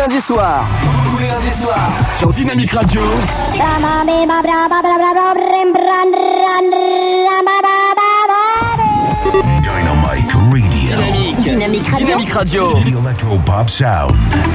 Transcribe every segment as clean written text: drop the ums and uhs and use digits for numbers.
lundis soirs. Tous les lundis soirs. Sur Dynamique Radio. Dynamique Radio. Dynamique Radio. Dynamique Radio. The Electro-Pop Sound.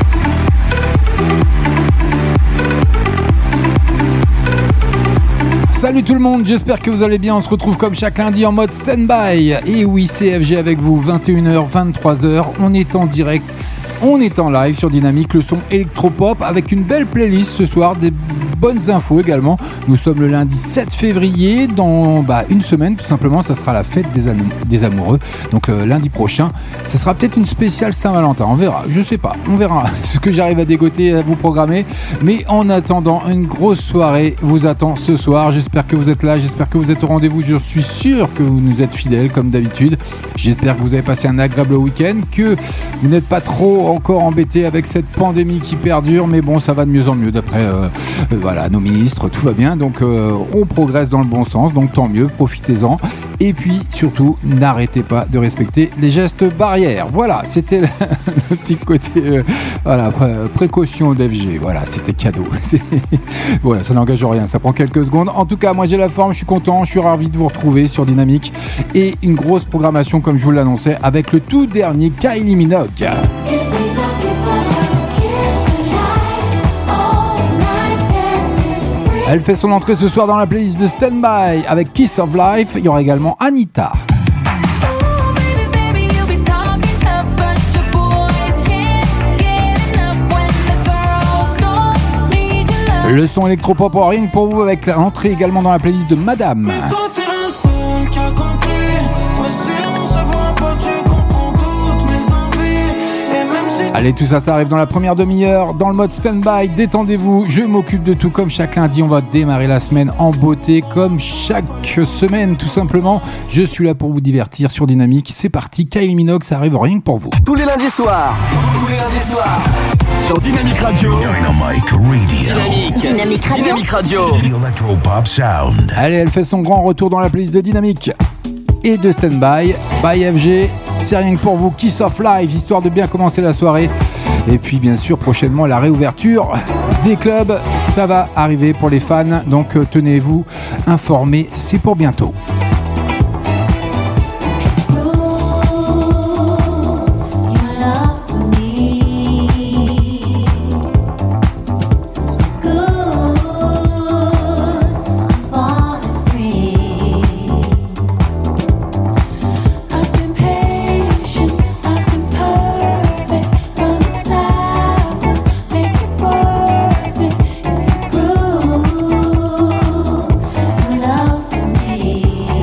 Salut tout le monde, j'espère que vous allez bien. On se retrouve comme chaque lundi en mode stand-by. Et oui, CFG avec vous, 21h, 23h. On est en direct, on est en live sur Dynamique, le son électropop avec une belle playlist ce soir, des bonnes infos également. Nous sommes le lundi 7 février, dans une semaine tout simplement, ça sera la fête des amoureux. Donc lundi prochain, ce sera peut-être une spéciale Saint-Valentin, on verra, je sais pas, on verra ce que j'arrive à dégoter, à vous programmer. Mais en attendant, une grosse soirée vous attend ce soir. J'espère que vous êtes là, j'espère que vous êtes au rendez-vous, je suis sûr que vous nous êtes fidèles comme d'habitude. J'espère que vous avez passé un agréable week-end, que vous n'êtes pas trop encore embêtés avec cette pandémie qui perdure, mais bon, ça va de mieux en mieux d'après nos ministres, tout va bien, donc on progresse dans le bon sens, donc tant mieux, profitez-en. Et puis surtout, n'arrêtez pas de respecter les gestes barrières. Voilà, c'était le petit côté précaution d'FG. Voilà, c'était cadeau. Voilà, ça n'engage rien, ça prend quelques secondes. En tout cas, moi j'ai la forme, je suis content, je suis ravi de vous retrouver sur Dynamique. Et une grosse programmation, comme je vous l'annonçais, avec le tout dernier Kylie Minogue. Elle fait son entrée ce soir dans la playlist de Standby avec Kiss of Life. Il y aura également Anita. Le son électropop rien que pour vous avec l'entrée également dans la playlist de Madame. Allez, tout ça arrive dans la première demi-heure, dans le mode stand-by, détendez-vous, je m'occupe de tout comme chaque lundi, on va démarrer la semaine en beauté, comme chaque semaine tout simplement, je suis là pour vous divertir sur Dynamique, c'est parti, Kylie Minogue, ça arrive rien que pour vous. Tous les lundis soirs, sur Dynamique Radio. Dynamique Radio. The Electro-Pop Sound. Allez, elle fait son grand retour dans la playlist de Dynamique et de Standby, by FG. C'est rien que pour vous, Kiss of Life, histoire de bien commencer la soirée. Et puis bien sûr, prochainement, la réouverture des clubs, ça va arriver pour les fans. Donc tenez-vous informés, c'est pour bientôt. Me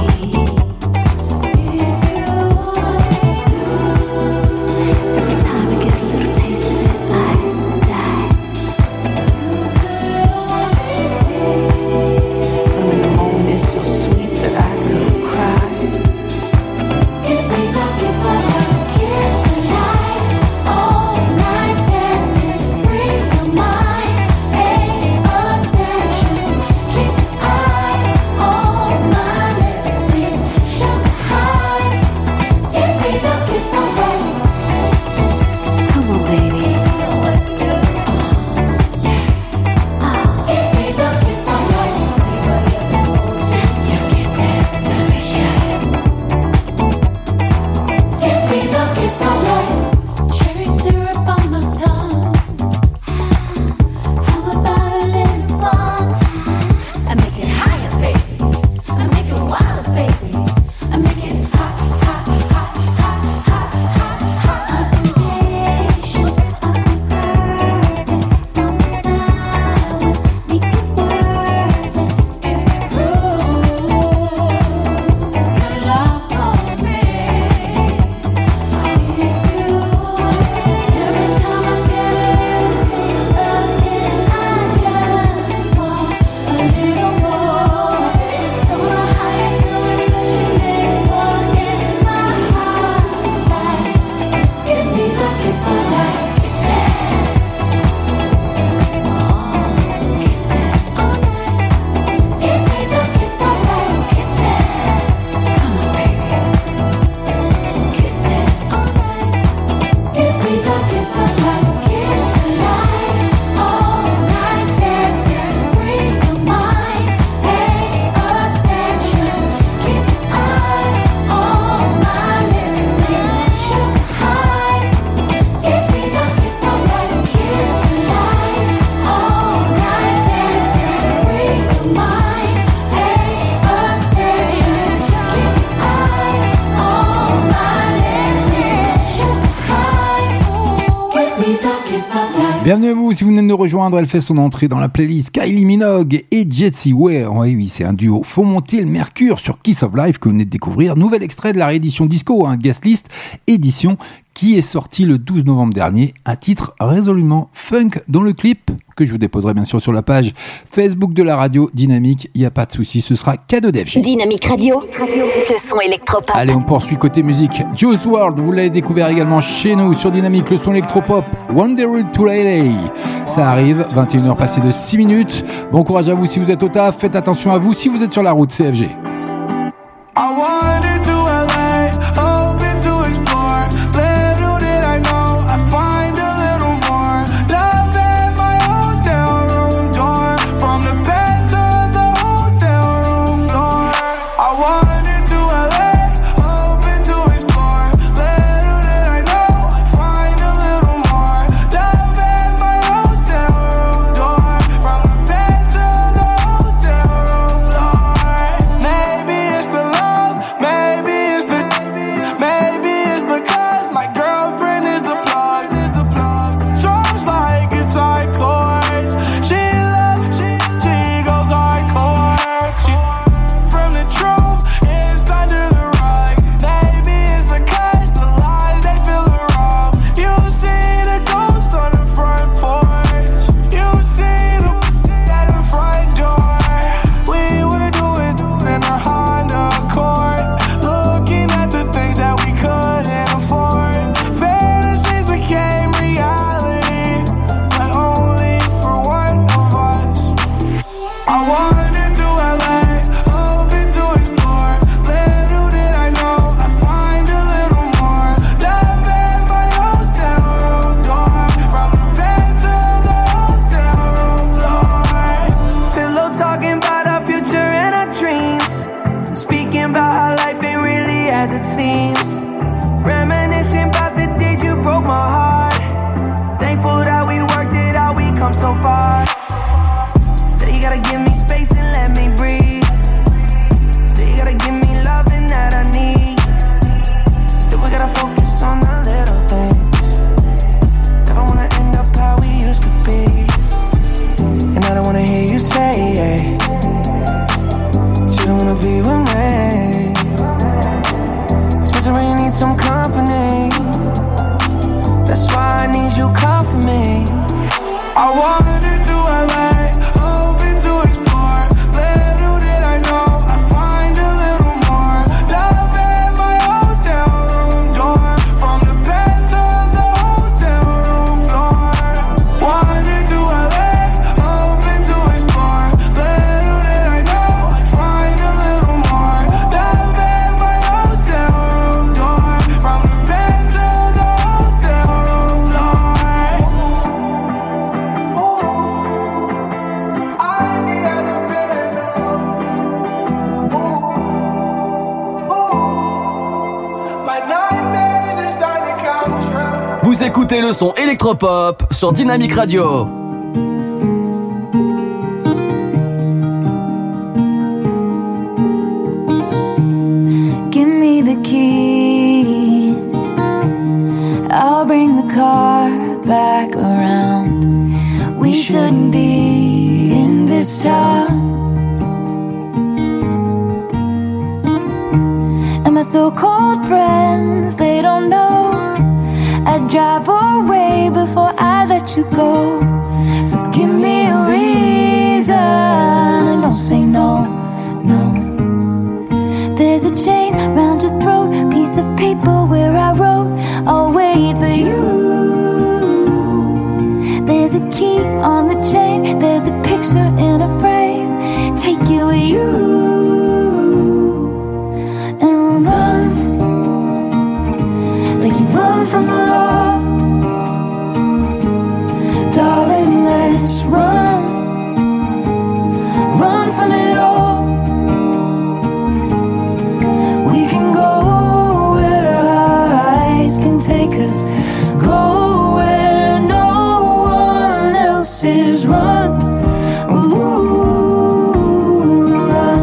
Bienvenue à vous, si vous venez de nous rejoindre, elle fait son entrée dans la playlist Kylie Minogue et Jessie Ware. Oui, c'est un duo. Faut monter le mercure sur Kiss of Life que vous venez de découvrir. Nouvel extrait de la réédition disco, guest list édition qui est sorti le 12 novembre dernier. Un titre résolument funk dans le clip que je vous déposerai bien sûr sur la page Facebook de la radio Dynamique. Il n'y a pas de souci, ce sera cadeau d'FG. Dynamique Radio, le son électropop. Allez, on poursuit côté musique. Juice WRLD, vous l'avez découvert également chez nous sur Dynamique, le son électropop. Wandered to LA. Ça arrive, 21h passées de 6 minutes. Bon courage à vous si vous êtes au taf. Faites attention à vous si vous êtes sur la route CFG. Vous écoutez le son électropop sur Dynamique Radio. Give me the keys, I'll bring the car back around. We shouldn't be in this town. And my so-called friends, they don't know I'd drive away before I let you go. So give me a reason and don't say no, no. There's a chain round your throat, piece of paper where I wrote, I'll wait for you. There's a key on the chain, there's a picture in a frame. Take it with you and run like you run from the law. Darling, let's run, run from it all. We can go where our eyes can take us, go where no one else is. Run, ooh, run.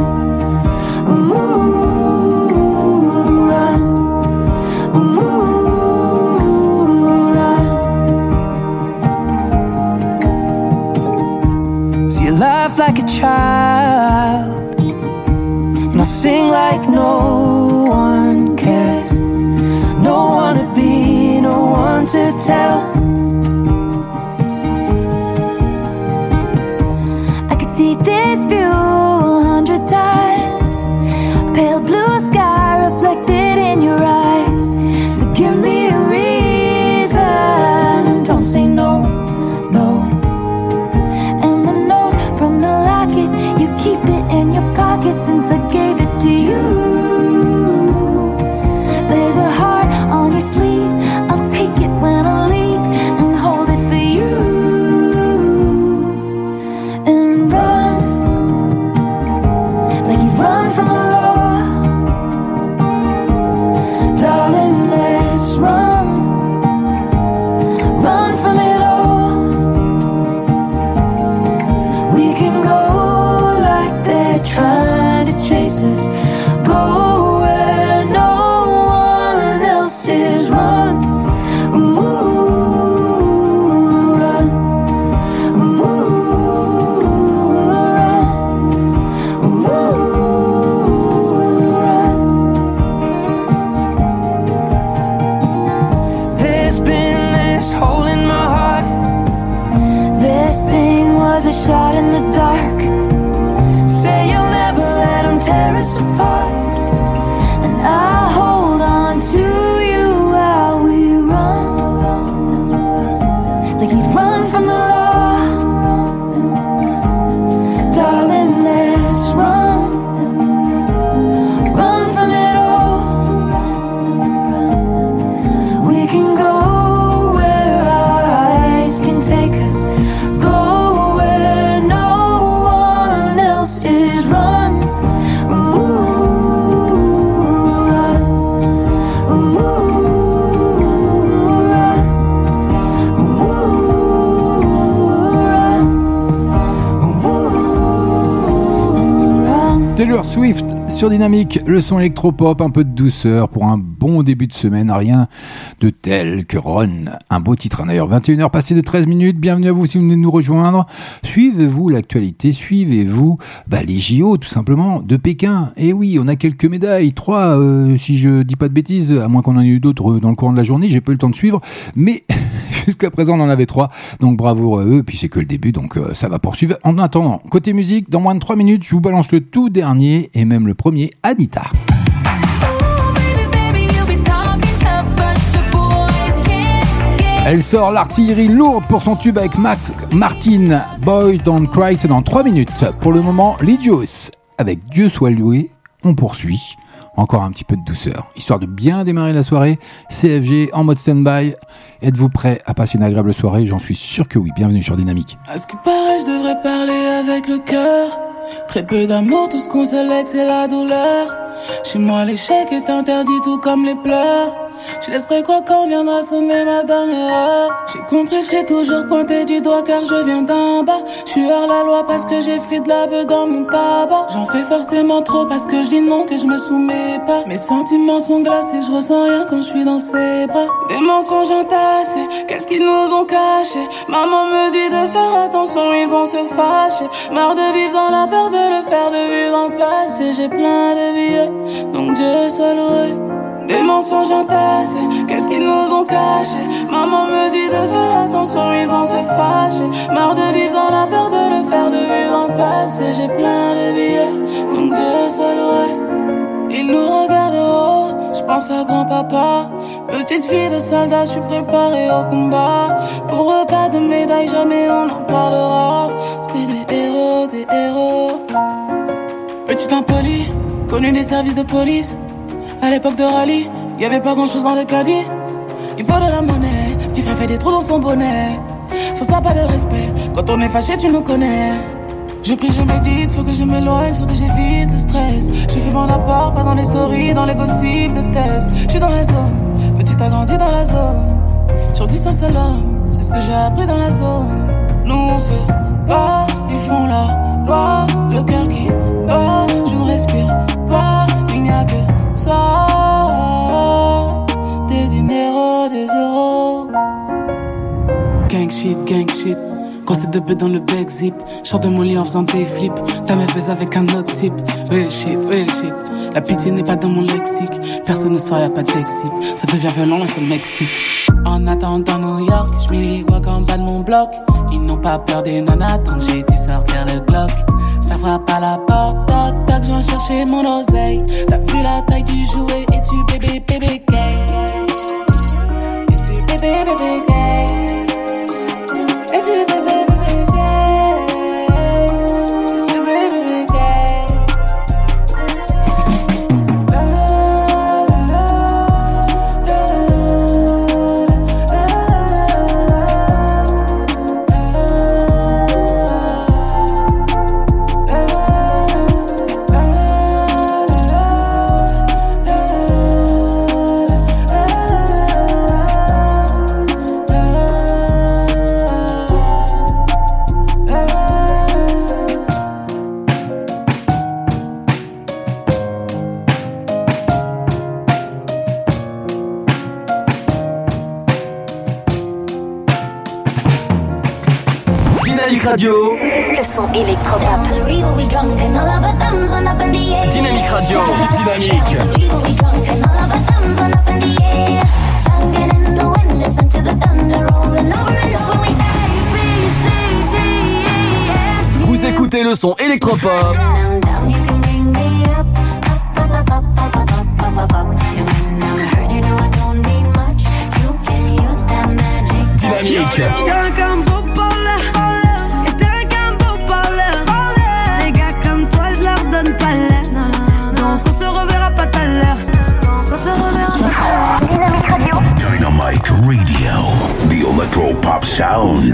child, and I'll sing like no one cares. No one to be, no one to tell. I could see this view 100 times. Pale blue sky reflected in your eyes. So give me a reason and don't say no, no. And the note from the locket, you keep it in your pocket since I gave it to you. There's a heart on your sleeve, I'll take it when I leave and hold it for you. And run, like you run from the law. Darling, let's run, run from it all. We can go like they're trying to chase us. Go where no one else is. Run, ooh, run, ooh, run, ooh, run. There's been this hole in my heart. This thing was a shot in the dark. Say you'll never let them tear us apart. And I hold on to you while we run, like we run from the law. Darling, let's run, run from it all. We can go where our eyes can take us. Go where no one else is. Run, ooh, run, ooh, run, ooh, run, run. Taylor Swift sur Dynamique, le son électropop, un peu de douceur pour un bon début de semaine, rien de tel que Run, un beau titre d'ailleurs. 21h passées de 13 minutes, bienvenue à vous si vous venez de nous rejoindre. Suivez-vous l'actualité, suivez-vous les JO tout simplement de Pékin. Et oui, on a quelques médailles, 3 si je dis pas de bêtises, à moins qu'on en ait eu d'autres dans le courant de la journée, j'ai pas eu le temps de suivre, mais jusqu'à présent on en avait 3, donc bravo à eux, puis c'est que le début, donc ça va poursuivre. En attendant, côté musique, dans moins de 3 minutes, je vous balance le tout dernier et même le premier, Anita. Elle sort l'artillerie lourde pour son tube avec Max Martin. Boy Don't Cry, c'est dans 3 minutes. Pour le moment, Lidios avec Dieu soit loué, on poursuit. Encore un petit peu de douceur, histoire de bien démarrer la soirée. CFG en mode stand-by. Êtes-vous prêts à passer une agréable soirée? J'en suis sûr que oui. Bienvenue sur Dynamique. À ce qui paraît, je devrais parler avec le cœur. Très peu d'amour, tout ce qu'on se lègue, c'est la douleur. Chez moi, l'échec est interdit, tout comme les pleurs. Je laisserai quoi quand viendra sonner ma dernière heure. J'ai compris, je serai toujours pointé du doigt car je viens d'en bas. Je suis hors la loi parce que j'ai frit de la beuh dans mon tabac. J'en fais forcément trop parce que je dis non, que je me soumets pas. Mes sentiments sont glacés, je ressens rien quand je suis dans ses bras. Des mensonges entassés, qu'est-ce qu'ils nous ont caché? Maman me dit de faire attention, ils vont se fâcher. Marre de vivre dans la peur de le faire, de vivre dans le passé. J'ai plein de billets, donc Dieu soit loué. Des mensonges entassés, qu'est-ce qu'ils nous ont caché? Maman me dit de faire attention, ils vont se fâcher. Marre de vivre dans la peur de le faire, de vivre dans le passé. J'ai plein de billets, donc Dieu soit loué. Ils nous regardent de haut, je pense à grand-papa. Petite fille de soldat, je suis préparée au combat. Pour eux, pas de médaille, jamais on en parlera. C'était des héros, des héros. Petit impoli, connu des services de police. À l'époque de rallye, y'avait pas grand chose dans le caddie. Il faut de la monnaie, petit frère fait des trous dans son bonnet. Sans ça pas de respect, quand on est fâché tu nous connais. Je prie, je médite, faut que je m'éloigne, faut que j'évite le stress. Je fais mon apport, pas dans les stories, dans les gossips de tests. Je suis dans la zone, petit a grandi dans la zone. Sur 10 un seul homme, c'est ce que j'ai appris dans la zone. Nous on se bat, ils font la loi, le cœur qui bat. Je ne respire pas, il n'y a que ça, des dinero, des euros. Gang shit, Grosse de bœuf dans le bec zip. Sors de mon lit en faisant des flips. Ta meuf baise avec un autre type. Real shit, real shit. La pitié n'est pas dans mon lexique. Personne ne sort, y'a pas d'exit. Ça devient violent, là c'est le Mexique. En attendant New York, j'mets les walk en bas de mon bloc. Ils n'ont pas peur des nanas, donc j'ai dû sortir le Glock. Ça frappe à la porte, toc toc, j'viens chercher mon oseille. T'as vu la taille du jouet, et tu bébé bébé gay. Et tu bébé bébé gay. Et tu bébé bébé gay. Et tu bébé bébé gay. Radio. Le son électropop. Dynamique Radio. Dynamique. Vous écoutez le son électropop. Dynamique. Dynamic Radio, the electropop sound.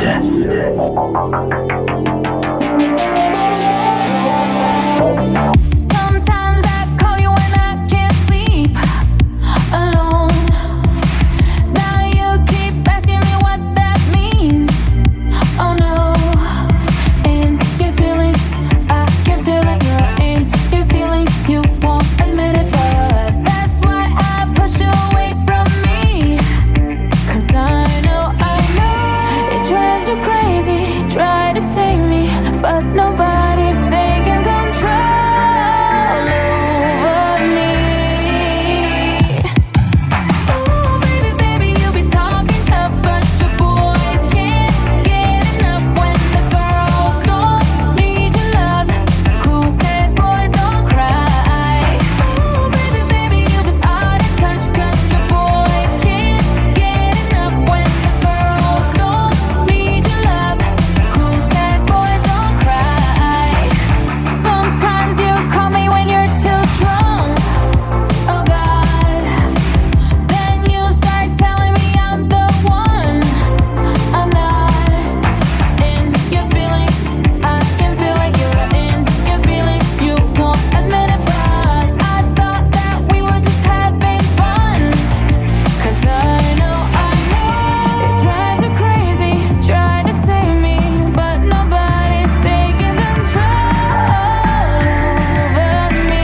Sometimes I call you when I can't sleep alone. Now you keep asking me what that means. Oh no, in your feelings, I can feel it. You're in your feelings, you won't admit it, but that's why I push you away from me. 'Cause I know it drives you crazy. Try to take me, but nobody's taking control over me. Ooh, baby, baby, you be talking tough, but your boys can't get enough when the girls don't need your love. Who says boys don't cry? Ooh, baby, baby, you just out of touch, 'cause your boys can't get enough when the girls don't need your love. Who says boys don't cry? Sometimes you call me when you're too drunk. Oh God. Then you start telling me I'm the one. I'm not in your feelings. I can feel it. You're in your feelings. You won't admit it, but I thought that we were just having fun. 'Cause I know it drives you crazy. Try to tame me, but nobody's taking control over me.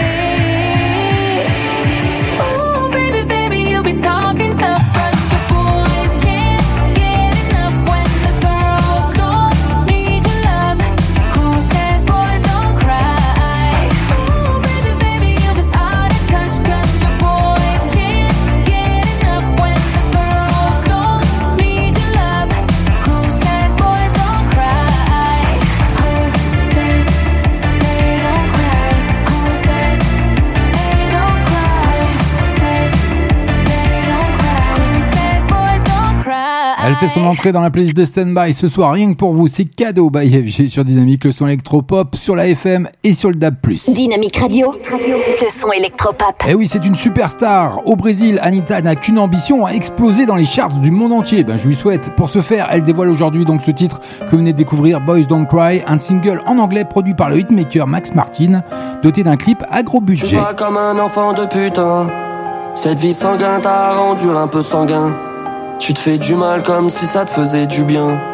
Ooh, baby, baby, you be talking tough, but your boys can't get enough when the girls don't need your love. Who says boys don't cry? Ooh, baby, baby, you just out of touch, 'cause your boys can't get enough when the girls don't need your love. Who says boys don't cry? Who says they don't cry? Who says they don't cry? Says they don't cry? Who says boys don't cry? Elle fait son entrée dans la playlist de Stand-By ce soir, rien que pour vous, c'est cadeau by FG sur Dynamique, le son électropop sur la FM et sur le DAB+. Dynamique Radio. Le son électropop. Eh oui, c'est une superstar. Au Brésil, Anitta n'a qu'une ambition, à exploser dans les charts du monde entier. Je lui souhaite. Pour ce faire, elle dévoile aujourd'hui donc ce titre que vous venez de découvrir, Boys Don't Cry, un single en anglais produit par le hitmaker Max Martin, doté d'un clip à gros budget. Tu parles comme un enfant de putain. Cette vie sanguine t'a rendu un peu sanguin. Tu te fais du mal comme si ça te faisait du bien.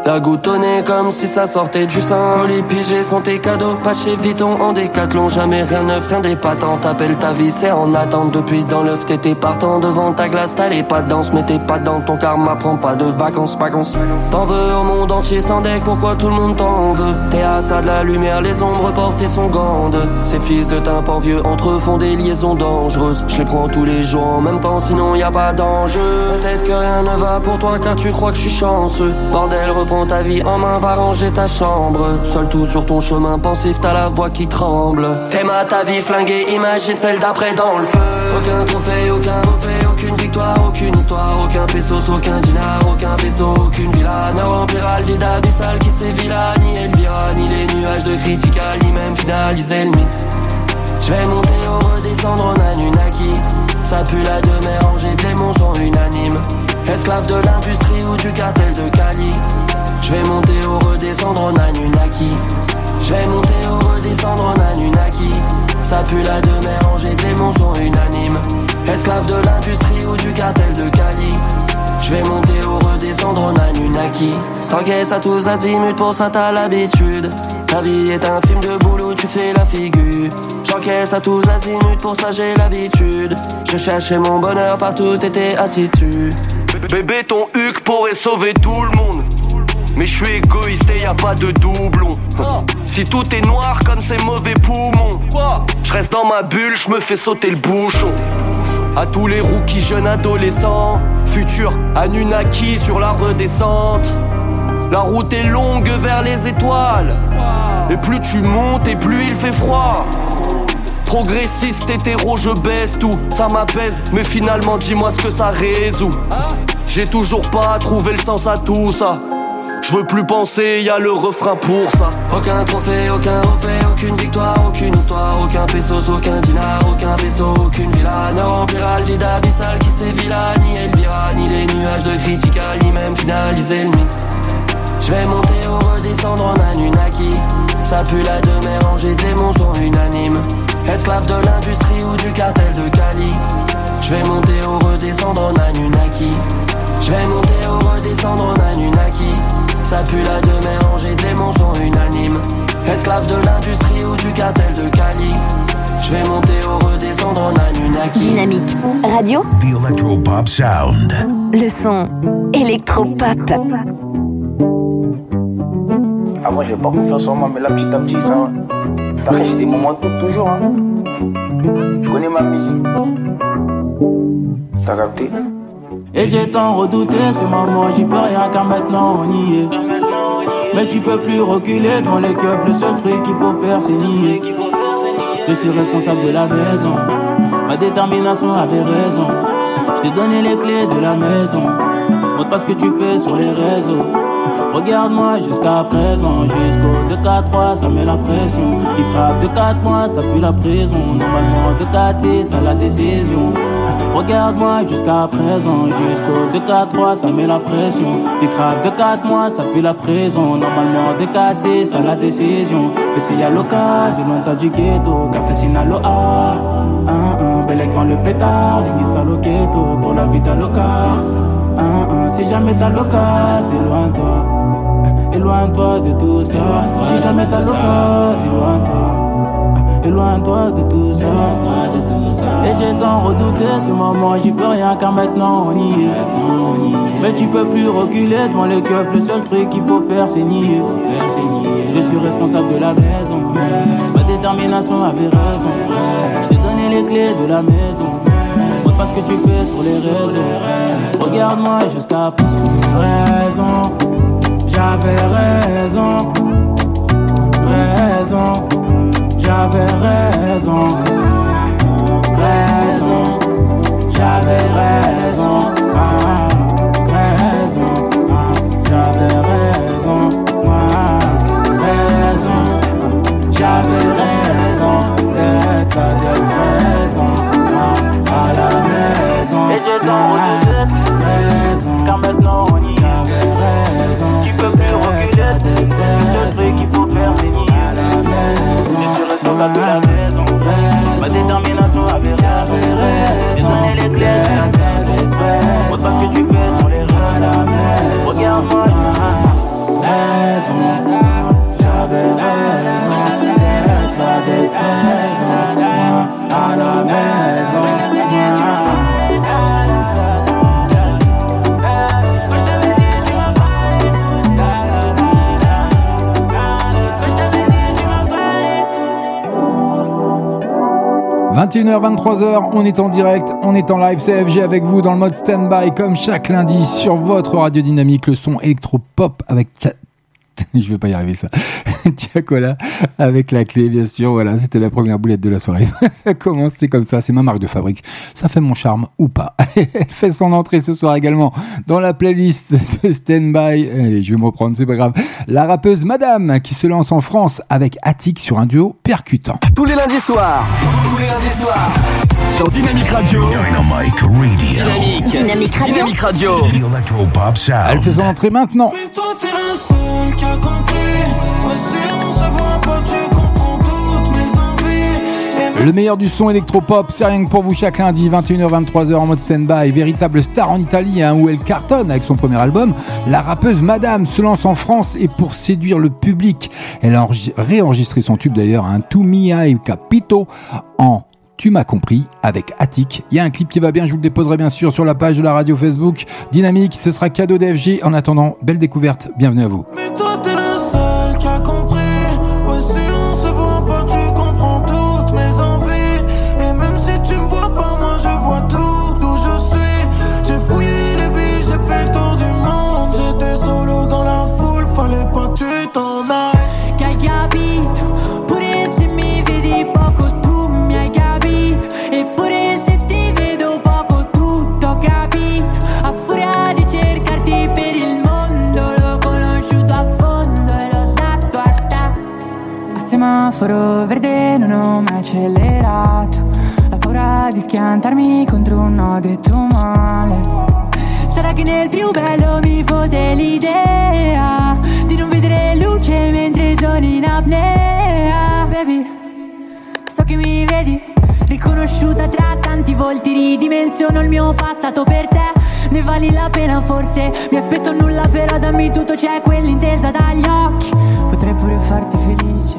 La goutonnée comme si ça sortait du sein. Colis pigés sont tes cadeaux, pas chez Vuitton en décathlon. Jamais rien neuf, rien d'épatant. T'appelles ta vie, c'est en attente. Depuis dans l'œuf, t'étais partant. Devant ta glace, t'as les pattes denses. Mais t'es pas dans ton karma, prends pas de vacances. T'en veux au monde entier sans deck, pourquoi tout le monde t'en veut? T'es à ça de la lumière, les ombres portées sont grandes. Ces fils de tympan vieux entre eux font des liaisons dangereuses. Je les prends tous les jours en même temps, sinon y a pas d'enjeu. Peut-être que rien ne va pour toi car tu crois que je suis chanceux. Bordel, reprends ta vie en main, va ranger ta chambre. Seul tout sur ton chemin pensif, t'as la voix qui tremble. T'aimes à ta vie flinguée, imagine celle d'après dans le feu. Aucun trophée, aucune victoire, aucune histoire. Aucun pesos, aucun dinar, aucun vaisseau, aucune villa. Ne remplira le vide abyssal qui sévit là. Ni Elvira, ni les nuages de critical, ni même finaliser le mix. Je vais monter ou redescendre en Anunnaki. Ça pue la demeure, rangée, des démons sont unanimes. Esclave de l'industrie ou du cartel de Cali. Je vais monter ou redescendre en Anunnaki. Je vais monter ou redescendre en Anunnaki. Ça pue la demeure, rangée, des démons sont unanimes. Esclave de l'industrie ou du cartel de Cali. Je vais monter ou redescendre en Anunnaki. T'encaisses à tous azimuts, pour ça t'as l'habitude. Ta vie est un film de boulot, tu fais la figure. J'encaisse à tous azimuts, pour ça j'ai l'habitude. Je cherchais mon bonheur partout, t'étais assis dessus. Bébé, ton huc pourrait sauver tout le monde. Mais je suis égoïste et y a pas de doublon. Si tout est noir comme ces mauvais poumons, je reste dans ma bulle, je me fais sauter le bouchon. À tous les rookies jeunes adolescents, futur Anunnaki sur la redescente. La route est longue vers les étoiles. Et plus tu montes et plus il fait froid. Progressiste, hétéro, je baisse tout. Ça m'apaise, mais finalement dis-moi ce que ça résout. J'ai toujours pas trouvé le sens à tout ça. Je veux plus penser, y'a le refrain pour ça. Aucun trophée, aucune victoire, aucune histoire. Aucun pesos, aucun dinar, aucun vaisseau, aucune villa. Ne remplira le vide abyssal qui sévit là. Ni Elvira, ni les nuages de critical, ni même finaliser le mix. Je vais monter ou redescendre en Anunnaki. Ça pue la demeure, rangée, démons sont unanimes. Esclave de l'industrie ou du cartel de Cali. Je vais monter ou redescendre en Anunnaki. Je vais monter ou redescendre en Anunnaki. Ça pue la demeure, rangée, démons sont unanimes. Esclave de l'industrie ou du cartel de Cali. Je vais monter ou redescendre en Anunnaki. Dynamique Radio. The Electropop Sound. Le son électropop. Avant, j'avais pas confiance en moi, mais là, petit à petit, ça. T'as j'ai des moments de doute toujours. Hein. Je connais ma musique. T'as capté? Et j'ai tant redouté ce moment, j'y peux rien car maintenant on y est. Mais tu peux plus reculer devant les keufs, le seul truc qu'il faut faire c'est nier. Je suis responsable de la maison, ma détermination avait raison. Je t'ai donné les clés de la maison, montre pas ce que tu fais sur les réseaux. Regarde-moi jusqu'à présent, jusqu'au 2-4-3 ça met la pression. Il frappe de 4 mois, ça pue la prison. Normalement de 4-6 t'as la décision. Regarde-moi jusqu'à présent, jusqu'au 2-4-3 ça met la pression. Il crave de 4 mois, ça pue la prison. Normalement de 4-6 t'as la décision. Et s'il y a l'occasion, loin t'as du ghetto, car t'es Sinaloa. Bel écran le pétard, les Nissan au ghetto, pour la vie t'as local. Si jamais t'as l'occasion, éloigne-toi. Éloigne-toi de tout ça. Si jamais t'as l'occasion, éloigne-toi. Éloigne-toi de tout ça. Et j'ai tant redouté ce moment, j'y peux rien car maintenant on y est. Mais tu peux plus reculer devant les keufs, le seul truc qu'il faut faire c'est nier. Je suis responsable de la maison, ma détermination avait raison. Je t'ai donné les clés de la maison, montre pas ce que tu fais sur les réseaux. Regarde-moi jusqu'à raison. J'avais raison, j'avais raison, j'avais raison, j'avais raison, j'avais raison d'être là, à la maison. Et j'ai tant redouté, car maintenant on y avait raison. 21h, 23h, on est en direct, on est en live, CFG avec vous dans le mode stand-by comme chaque lundi sur votre radio dynamique, le son électro-pop avec... Je vais pas y arriver ça. Tiakola avec la clé, bien sûr. Voilà, c'était la première boulette de la soirée. Ça commence, c'est comme ça, c'est ma marque de fabrique. Ça fait mon charme ou pas. Elle fait son entrée ce soir également dans la playlist de Standby. Allez, je vais me reprendre, c'est pas grave. La rappeuse Madame qui se lance en France avec Attic sur un duo percutant. Tous les lundis soirs. Sur Dynamic Radio. Dynamic Radio. Dynamic Radio. The Electro-Pop Sound. Elle fait son entrée maintenant. Mais toi t'es la seule qui a compris. Ouais, si on se voit pas, tu comprends toutes mes envies. Le meilleur du son électropop, c'est rien que pour vous chaque lundi, 21h, 23h en mode stand-by. Véritable star en Italie, où elle cartonne avec son premier album. La rappeuse Madame se lance en France et pour séduire le public, elle a réenregistré son tube d'ailleurs, Tu mi hai capito, en Tu m'as compris avec Attic. Il y a un clip qui va bien, je vous le déposerai bien sûr sur la page de la radio Facebook Dynamique. Ce sera cadeau d'FG. En attendant, belle découverte. Bienvenue à vous. Mais toi t'es la seule qui a compris. Ouais, si on se voit pas, tu comprends toutes mes envies. Et même si tu me vois pas, moi je vois tout d'où je suis. J'ai fouillé les villes, j'ai fait le tour du monde. J'étais solo dans la foule, fallait pas que tu t'en ailles. Che hai capito, pure se mi vedi poco tu mi hai capito. Eppure se ti vedo poco tutto ho capito. A furia di cercarti per il mondo l'ho conosciuto a fondo e l'ho dato a te. A semaforo verde non ho mai accelerato. La paura di schiantarmi contro un no detto male. Sarà che nel più bello mi fode l'idea di non vedere luce mentre sono in apnea. Baby, so che mi vedi, riconosciuta tra tanti volti. Ridimensiono il mio passato per te. Ne vali la pena forse. Mi aspetto nulla però dammi tutto. C'è quell'intesa dagli occhi. Potrei pure farti felice.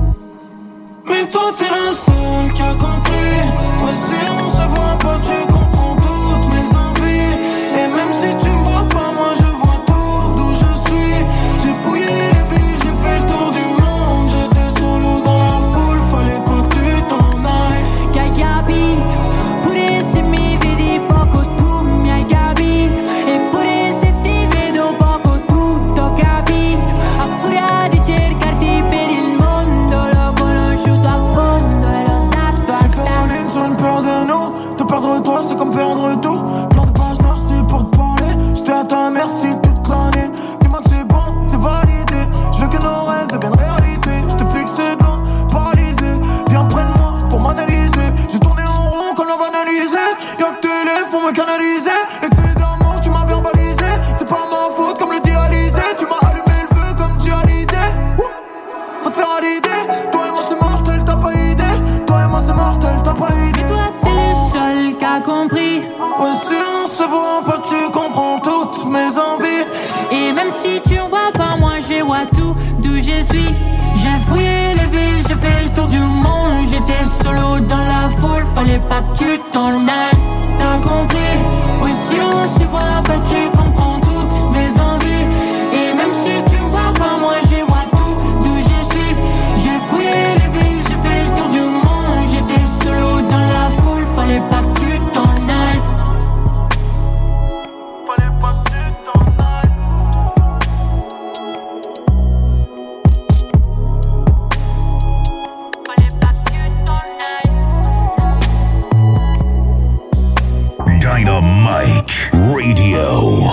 Mais toi t'es la seule qui a compris. Ouais, si on se voit pas, tu comprends toutes mes envies. Et même si tu me vois pas, moi je vois tout d'où je suis. J'ai fouillé les villes, j'ai fait le tour du monde. J'étais solo dans la foule, fallait pas que tu t'en ailles. Che hai capito, pure se mi vedi poco tu mi hai capito. Eppure se ti vedo poco tutto ho capito. A furia di cercarti per il mondo l'ho conosciuto a fondo e l'ho dato a te. On est sur une peur de nous. Te perdre toi c'est comme perdre tout. Plein de pages noires c'est pour te parler. J'étais à ta merci toute l'année. Dis-moi que c'est bon, c'est validé. Je veux que nos rêves deviennent réalité. Je te fixé devant, paralysé. Viens près de moi pour m'analyser. J'ai tourné en rond comme l'a banalisé. Y'a que tes lèvres pour me canaliser. Excès d'amour, tu m'as verbalisé. C'est pas ma faute comme le dialysé. Tu m'as allumé le feu comme tu as l'idée. Faut te faire à l'idée. Toi et moi c'est mortel, t'as pas idée. Toi et moi c'est mortel, t'as pas idée. Mais toi t'es le seul qui a compris. Ouais, si on se voit pas, tu comprends toutes mes envies. Et même si tu vois pas, moi je vois tout d'où je suis. J'ai fouillé les villes, j'ai fait le tour du monde. J'étais solo dans la foule, fallait pas que tu t'en ailles. T'as compris? Oui, si on se voit pas, tu comprends toutes mes envies. Et même si tu me vois pas, moi je vois tout d'où je suis. J'ai fouillé les villes, j'ai fait le tour du monde. J'étais solo dans la foule, fallait pas que tu t'en ailles. Fallait pas que tu t'en ailles. Fallait pas que tu t'en ailles. Dynamic Radio.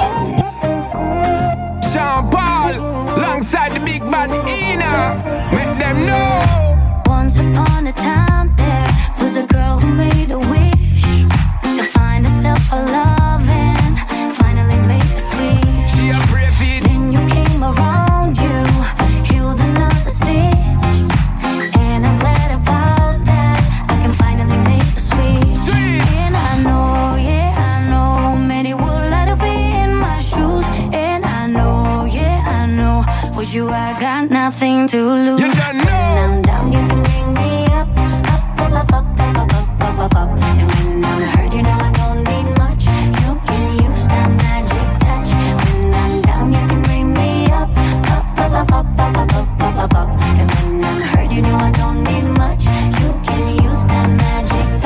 Sean Paul, alongside the big bad Ina. Make them know. Once upon a time there was a girl who made a wish to find herself a love and finally make a switch. She a brave it. Then you came around, you healed another stitch, and I'm glad about that. I can finally make a switch. And I know, yeah, I know, many would like to be in my shoes. And I know, yeah, I know, with you I got nothing to lose. You don't know. When I'm down, you can bring me up, up, up, up, up, up, up, up, up. And when I'm hurt, you know I don't need much. You can use that magic touch. When I'm down, you can bring me up, up, up, up, up, up, up, up, up. And when I'm hurt, you know I don't need much. You can use that magic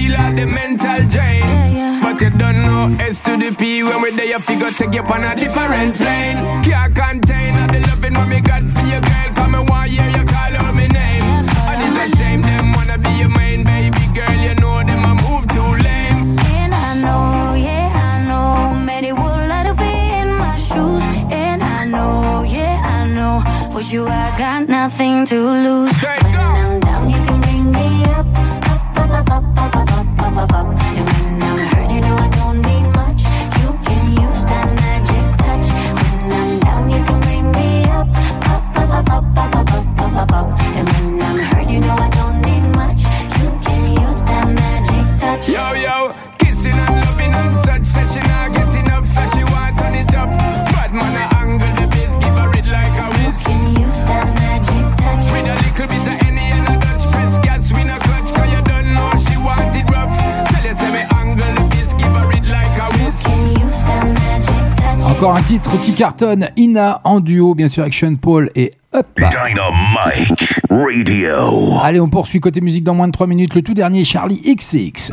feel all the mental drain. But you don't know S to the P. When we there you figure take you on a different plane. Can't contain all the loving what me got for your girl. Come and one year you call out my name. And it's a shame them wanna be your main baby girl. You know them a move too lame. And I know, yeah I know, many would like to be in my shoes. And I know, yeah I know, with you I got nothing to lose. When I'm down you can bring me up, up, up, up, up, up, up, up, up. And when I'm hurt you know I don't need much. You can use that magic touch. When I'm down you can bring me up, up, up, up, up, up, up, up, up, up. And when I'm hurt you know I don't need much. You can use that magic touch. Yo, yo, kissing and loving and such. Said she not get enough, so she want turn it up. Bad man a angle the bass, give her it like a whiz. You can use that magic touch. With a little bit of any and a Dutch press gas, we no clutch. Cause you don't know she want it rough. Tell you say me angle the bass, give her it like a whiz. You can use that magic touch. Encore un titre qui cartonne, Ina en duo bien sûr avec Sean Paul et Up. Dynamic Radio. Allez, on poursuit côté musique dans moins de 3 minutes. Le tout dernier, Charlie XX.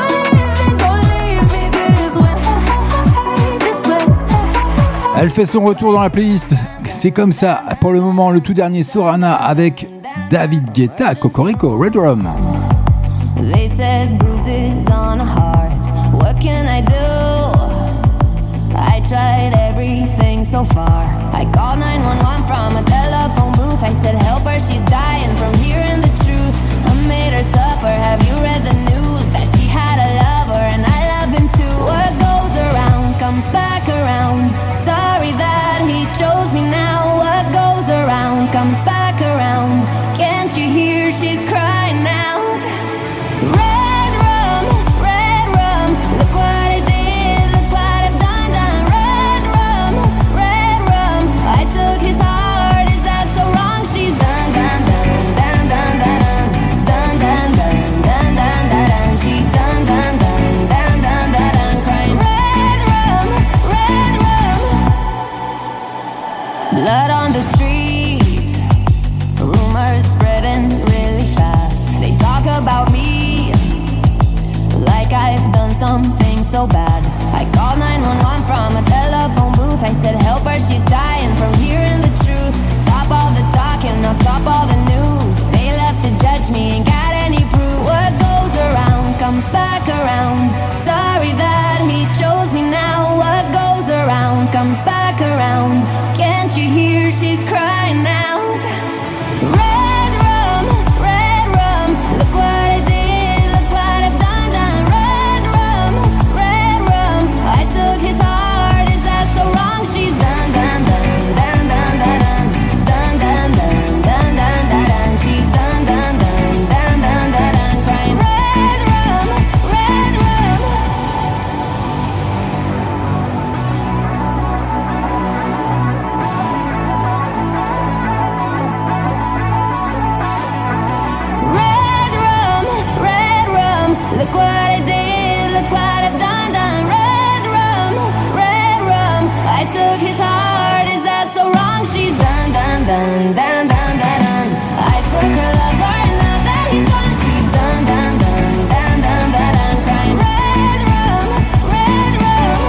Elle fait son retour dans la playlist. C'est comme ça. Pour le moment, le tout dernier, Sorana avec David Guetta, Cocorico, Red Rum. They said bruises on a heart. What can I do? I tried everything so far. I called 911 from a telephone booth. I said help her, she's dying from hearing the truth. I made her suffer. Have you read the news? That she had a lover and I love him too. What goes around comes back around. Sorry that he chose me now. What goes around comes back around. Can't you hear she's crying out? Red rum, look what I did, look what I've done, done. Red rum, I took his heart, is that so wrong? She's done, done, done, done, done, done, done, done, done, done, done, done. She's done, done, done, done, done, done, done, crying. Red rum, blood on the street, rumors spreading really fast. They talk about me like I've done something so bad. I called 911 from a telephone booth. I said help her, she's dying from hearing the truth. Stop all the talking, now stop all the news. They left to judge me, ain't got any proof. What goes around comes back around. Sorry that he chose me now. What goes around comes back around. Can't you hear she's crying out? Red rum, look what I did, look what I've done, done. Red rum, I took his heart, is that so wrong? She's done, done, done, done, done, done, done, done, done, done, done, done. She's done, done, done, done, done, done, done, crying. Red rum. Look what I did, look what I've done, done. Red rum, I took his heart, is that so wrong? She's done, done, done, done, done, done, done. I took her lover and now that he's gone, she's done, done, done, done, done, done, done, crying. Red rum, red rum.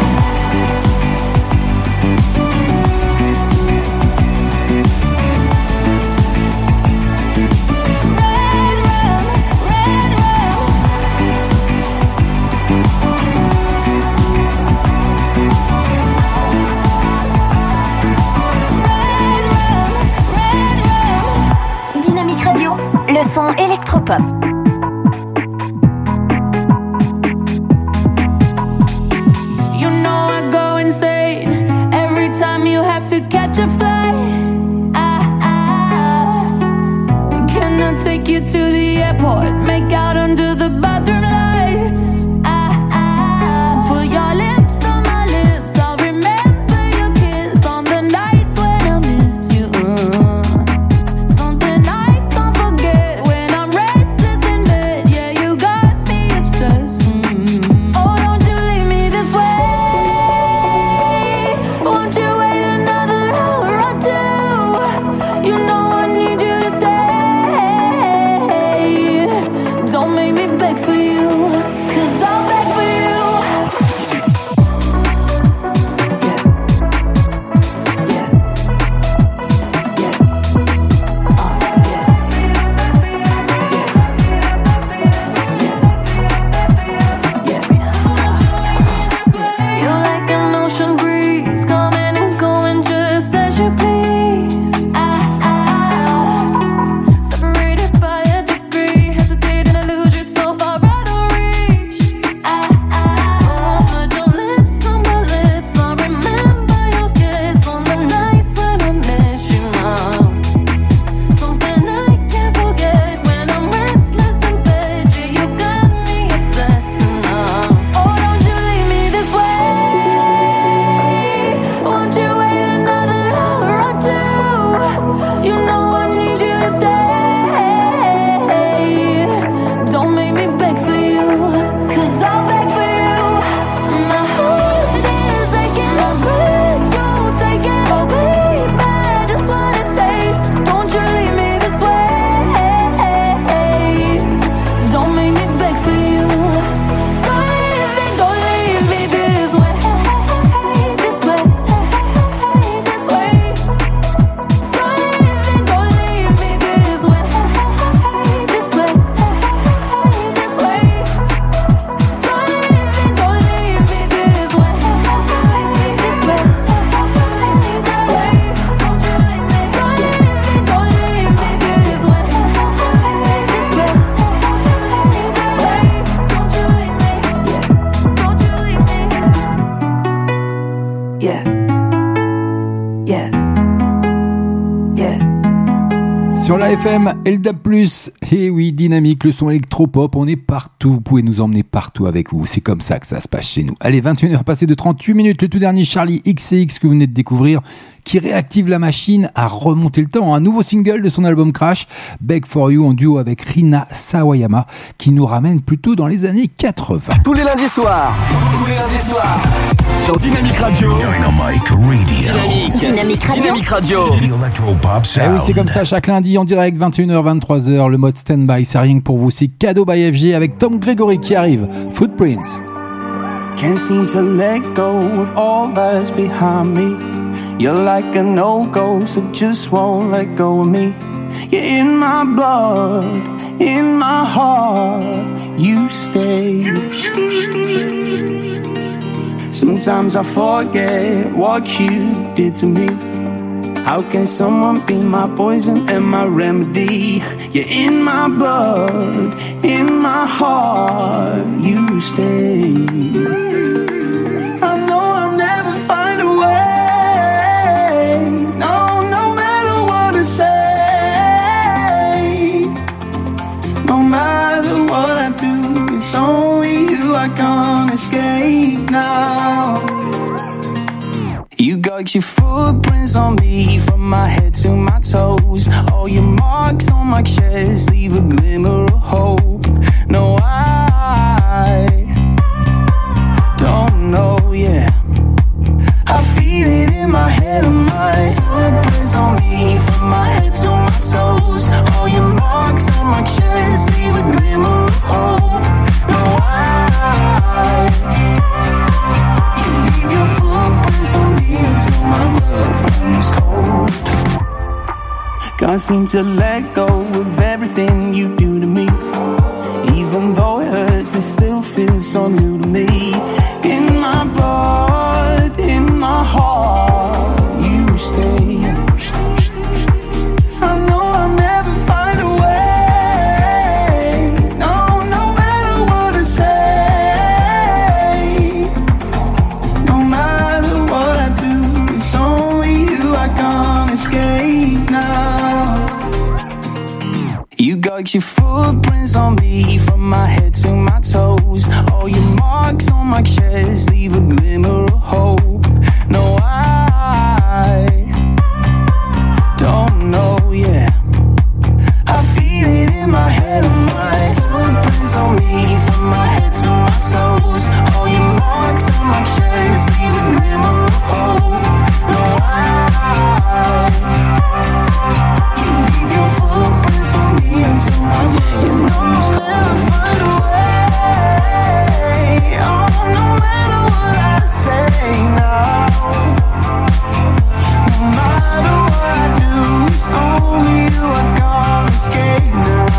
Dynamique Radio, le son électropop. You know I go insane every time you have to catch a flight. Can I take you to the airport? Make out under the bathroom lights. Put your lips on my lips. I'll remember your kiss on the nights when I miss you. Something I can't forget when I'm restless Sur la FM, LDAB+, et oui, Dynamique, le son électropop, on est partout, vous pouvez nous emmener partout avec vous, c'est comme ça que ça se passe chez nous. Allez, 21h passé de 38 minutes, le tout dernier Charli XCX que vous venez de découvrir, qui réactive la machine à remonter le temps. Un nouveau single de son album Crash, Beg For You, en duo avec Rina Sawayama, qui nous ramène plutôt dans les années 80. Tous les lundis soirs, sur Dynamique Radio. Dynamique Radio. Dynamique Radio. The Electropop Sound. Eh oui, c'est comme ça, chaque lundi en direct, 21h, 23h, le mode stand-by, c'est rien que pour vous, c'est cadeau by FG avec Tom Gregory qui arrive, Footprints. Can't seem to let go of all that's behind me. You're like a no-go, so just won't let go of me. You're in my blood, in my heart, you stay. Sometimes I forget what you did to me. How can someone be my poison and my remedy? You're in my blood, in my heart, you stay. I know I'll never find a way. No matter what I say. No matter what I do, it's only you I can't escape now. You got your footprints on me from my head to my toes. All your marks on my chest leave a glimmer of hope. No, I don't know, yeah. I feel it in my head and my footprints on me from my head to my toes. All your marks on my chest leave a glimmer of hope. No, you leave your footprints on me until my blood runs cold. Can't seem to let go of everything you do to me. Even though it hurts, it still feels so new to me. In my blood, in my heart, you stay. I know I'll never find a way. No matter what I say. No matter what I do, it's only you I can't escape now. You got your footprints on me from my head to my toes. All your marks on my chest leave a glimmer of hope. No, I don't know, yeah. I feel it in my head and my footprints on me from my head to my toes. All your marks on my chest leave a glimmer of hope. No, you leave your footprints on me until my blood runs cold. No matter what I say now, no matter what I do, it's only you I can't escape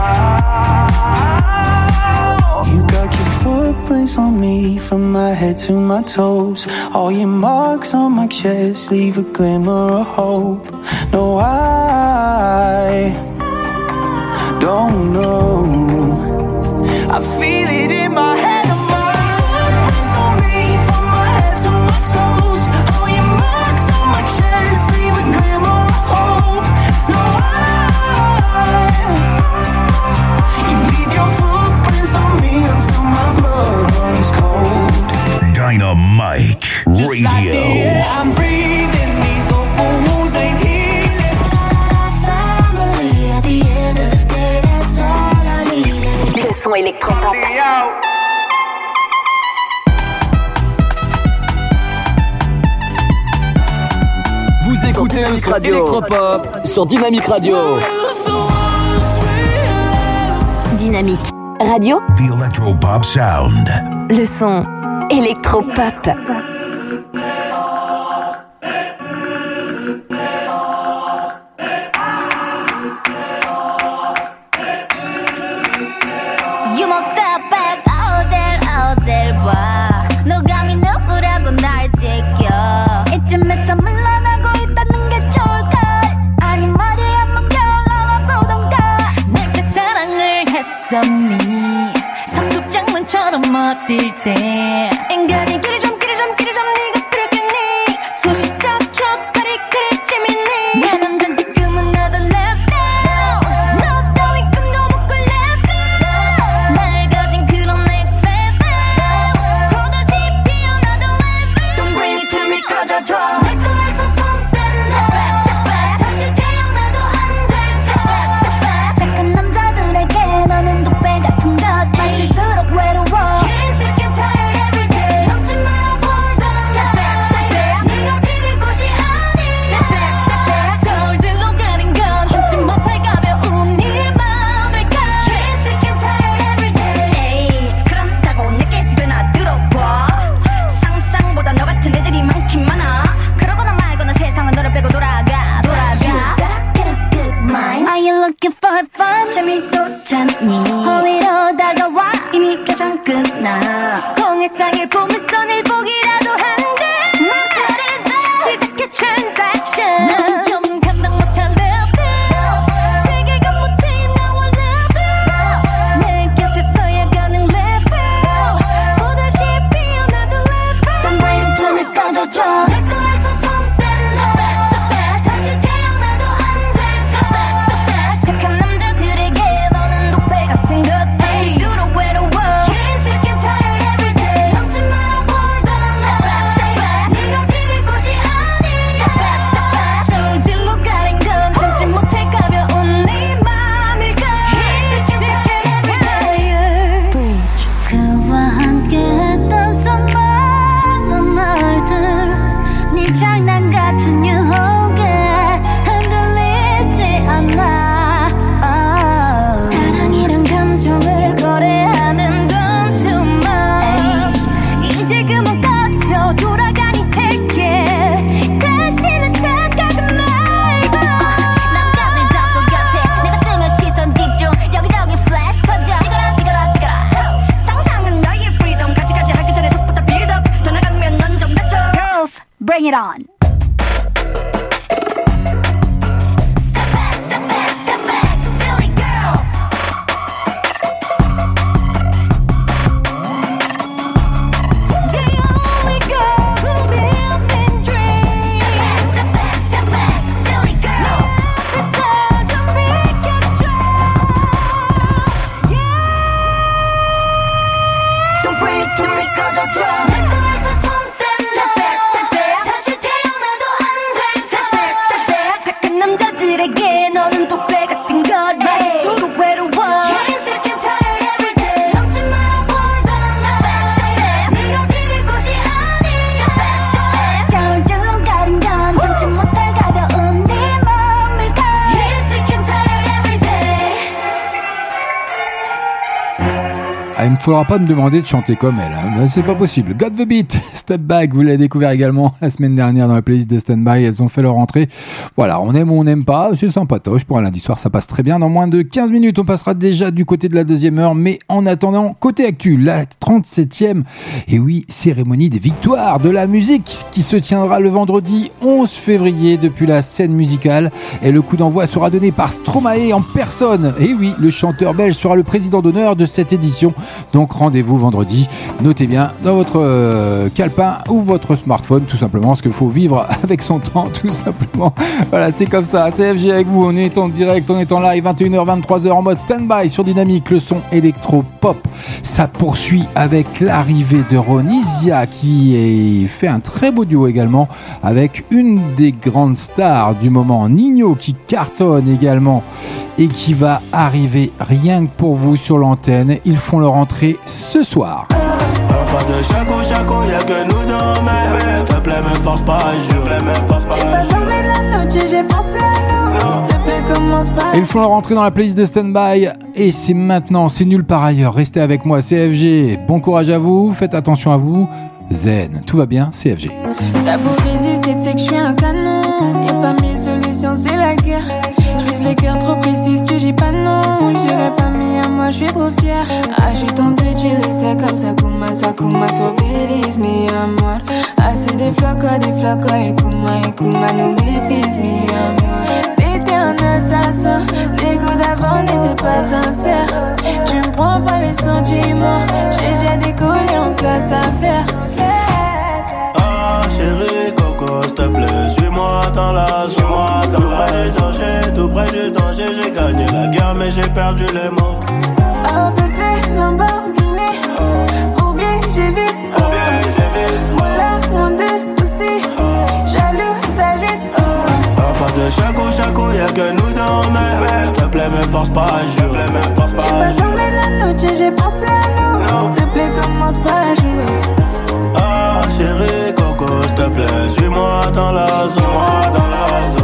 now. You got your footprints on me from my head to my toes. All your marks on my chest leave a glimmer of hope. No, I don't know. I feel it in my head. Dynamite Just like Radio. the air I'm breathing, these open wounds ain't healing. Family at the end of the day, that's all I need. Le son électropop. Vous écoutez le son électropop sur Dynamique Radio. Dynamique Radio. The Electropop Sound. Le son électropop. You must step back, 어딜 봐. 너감이 누구라고 날 지켜. 이쯤에서 물러나고 있다는 게 좋을까? 아니 머리 한번 겨울러와 보던가. 내게 사랑을 했었니? 삼국 장난처럼 어딜 때 인간이 길이 좀 네가 부르겠니? 소시 잡초 파리 그리 재밌니? 내 남잔 지금은 나도 left now. 나 공해상에 보면서 늘 보기라도 한데 시작해 transaction 난 좀 감당 못한 level 세계가 못해 나와 level 내 곁에서야 가는 level 보다시 피어나도 level Don't bring it to me 꺼져줘 내 거에서 손 떼는 stop it stop it 다시 태어나도 안돼 stop it stop it 착한 남자들에게 너는 독배 같은 것 실수로 외로워 Can't sick and tired every day 넘지 마라 boy don't stop it stop it 네가 비빌 곳이 아니 stop it stop it 저질로 가린 건 참지 못해 가벼운 네 맘일까 Can't sick and tired every day 그와 함께 했던 수많은 날들 네 장난 같은 유혹에 흔들리지 않아 사랑이란 감정을 거래하는 건 too much 이제 그만 꺼져 돌아가 네 세계 다시는 착각은 말고 남자들 다 똑같아 내가 뜨면 시선 집중 여기저기 플래시 터져 찍어라 찍어라 찍어라 상상은 너의 freedom 가지가지 하기 전에 속부터 build up 더 나가면 넌 좀 다쳐 Girls bring it on Step back step back step back silly girl The only girl who live in dreams Step back silly girl 앞에서 좀 비켜줘 Don't bring it to me 꺼져줘 내 거에서 손 떼는 step back 다시 태어나도 안돼 step back 착한 남자들에게 너는 독배 같은 것 마치 서로 외로워 Can't sick and tired every day 넘지 마라 boy don't stop it 네가 비빌 곳이 아니 stop it 저울질로 가린 건 참지 못할 가벼운 네 맘일까 Can't sick and tired every day Ah, il ne faudra pas me demander de chanter comme elle, hein. C'est pas possible. Got the Beat, Step Back, vous l'avez découvert également la semaine dernière dans la playlist de Standby. Elles ont fait leur entrée. Voilà, on aime ou on n'aime pas, c'est sympatoche. Pour un lundi soir, ça passe très bien. Dans moins de 15 minutes, on passera déjà du côté de la deuxième heure. Mais en attendant, côté actu, la 37e, et oui, cérémonie des victoires de la musique qui se tiendra le vendredi 11 février depuis la scène musicale. Et le coup d'envoi sera donné par Stromae en personne. Et oui, le chanteur belge sera le président d'honneur de cette édition. Donc rendez-vous vendredi. Notez bien dans votre calepin ou votre smartphone tout simplement, parce qu'il faut vivre avec son temps tout simplement. Voilà, c'est comme ça. CFG avec vous, on est en direct, on est en live 21h 23h en mode stand-by sur Dynamique, le son électro-pop. Ça poursuit avec l'arrivée de Ronisia qui fait un très beau duo également avec une des grandes stars du moment, Nino, qui cartonne également et qui va arriver rien que pour vous sur l'antenne. Ils font leur entrée ce soir. Pas de chaco, y'a que nous deux, mais s'il te plaît, me force pas à jurer. J'ai pas dormi la nuit, j'ai pensé à nous. S'il te plaît, commence pas. Et ils font leur entrée dans la playlist de Standby. Et c'est maintenant, c'est nulle part ailleurs. Restez avec moi, CFG. Bon courage à vous, faites attention à vous. Zen, tout va bien, CFG. T'as beau résister, tu sais que je suis un canon. Y'a pas mille solutions, c'est la guerre. Je vise le cœur trop précis, tu dis pas non. J'irai pas mis à moi, je suis trop fière. Ah, je suis tentée, tu le sais, comme ça, Kuma, so believe me, amor. Ah, c'est des flocos, et Kuma, nous méprise, mi amor. Mais t'es un assassin, l'ego d'avant n'était pas sincère. Tu me prends pas les sentiments, j'ai déjà décollé en classe à faire. Ah, chérie, coco, s'il te plaît, suis-moi dans la zone. Tout près du danger, j'ai gagné la guerre, mais j'ai perdu les mots. Oh bébé, Lamborghini, ou bien j'ai vite. Moula, mon des soucis, jaloux, s'agite. Pas de chaco, y'a que nous deux, mais s'il te plaît, me force pas à jurer. J'ai pas dormi la nuit, j'ai pensé à nous. S'il te plaît, commence pas à jouer. Ah, chérie, coco, s'il te plaît, suis-moi dans la zone.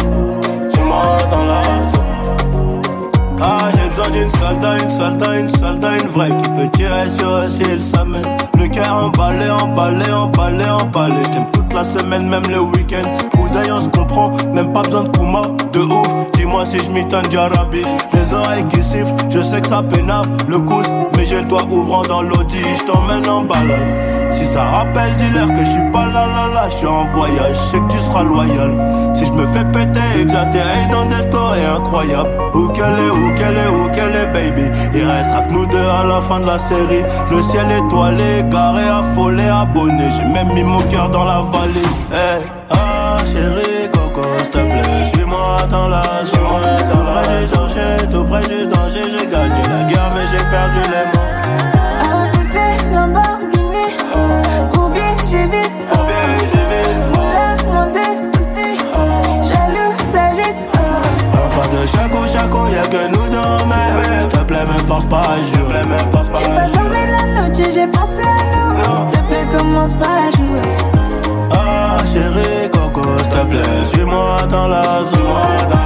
Ah, j'ai besoin d'une soldat, une vraie qui peut tirer sur eux s'il s'amène. Le cœur emballé. T'aimes toutes la semaine, même le week-end. Coup d'œil, on se comprend, même pas besoin de Kuma. De ouf, dis-moi si je m'étonne Jarabi. Les oreilles qui sifflent, je sais que ça pénave. Le coude, mais j'ai le toit ouvrant dans l'audi. Je t'emmène en balade. Si ça rappelle, dis-leur que je suis pas là, je suis en voyage, je sais que tu seras loyal. Si je me fais péter et que j'atterris dans des stories incroyables. Où qu'elle est, baby. Il restera que nous deux à la fin de la série. Le ciel étoilé, garé, affolé, abonné. J'ai même mis mon cœur dans la valise. Hey, ah chérie, coco, s'il te plaît, suis-moi dans la zone. Tout près du danger, j'ai gagné la guerre mais j'ai perdu les mots. Lamborghini, oublie, j'ai vite. Moulin, moins des soucis. Jaloux, s'agite. Pas de chaco, y'a que nous deux, mais s'il te plaît, me force pas à jurer. J'ai pas dormi la nuit, j'ai pensé à nous. S'il te plaît, commence pas à jouer. Ah, chérie, coco, s'il te plaît, suis-moi dans la zone.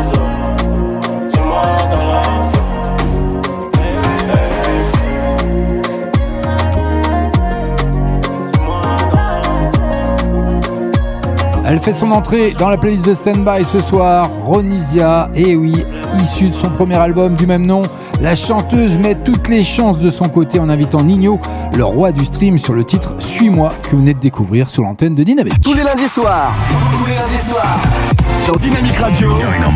Elle fait son entrée dans la playlist de Stand-By ce soir, Ronisia, et oui, issue de son premier album du même nom. La chanteuse met toutes les chances de son côté en invitant Nino, le roi du stream, sur le titre Suis-moi, que vous venez de découvrir sur l'antenne de Dynamique. Tous les lundis soirs, sur Dynamique Radio.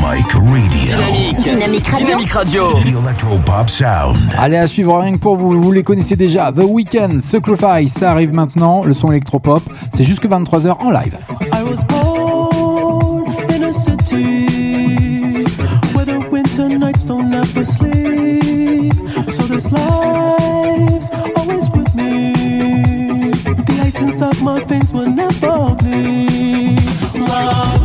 Dynamique Radio. The Electropop Sound. Allez, à suivre, rien que pour vous, vous les connaissez déjà. The Weeknd, Sacrifice, ça arrive maintenant, le son électropop. C'est jusque 23h en live. I was born in a city where the winter nights don't ever sleep. So this life's always with me. The ice inside my veins will never bleed. Love.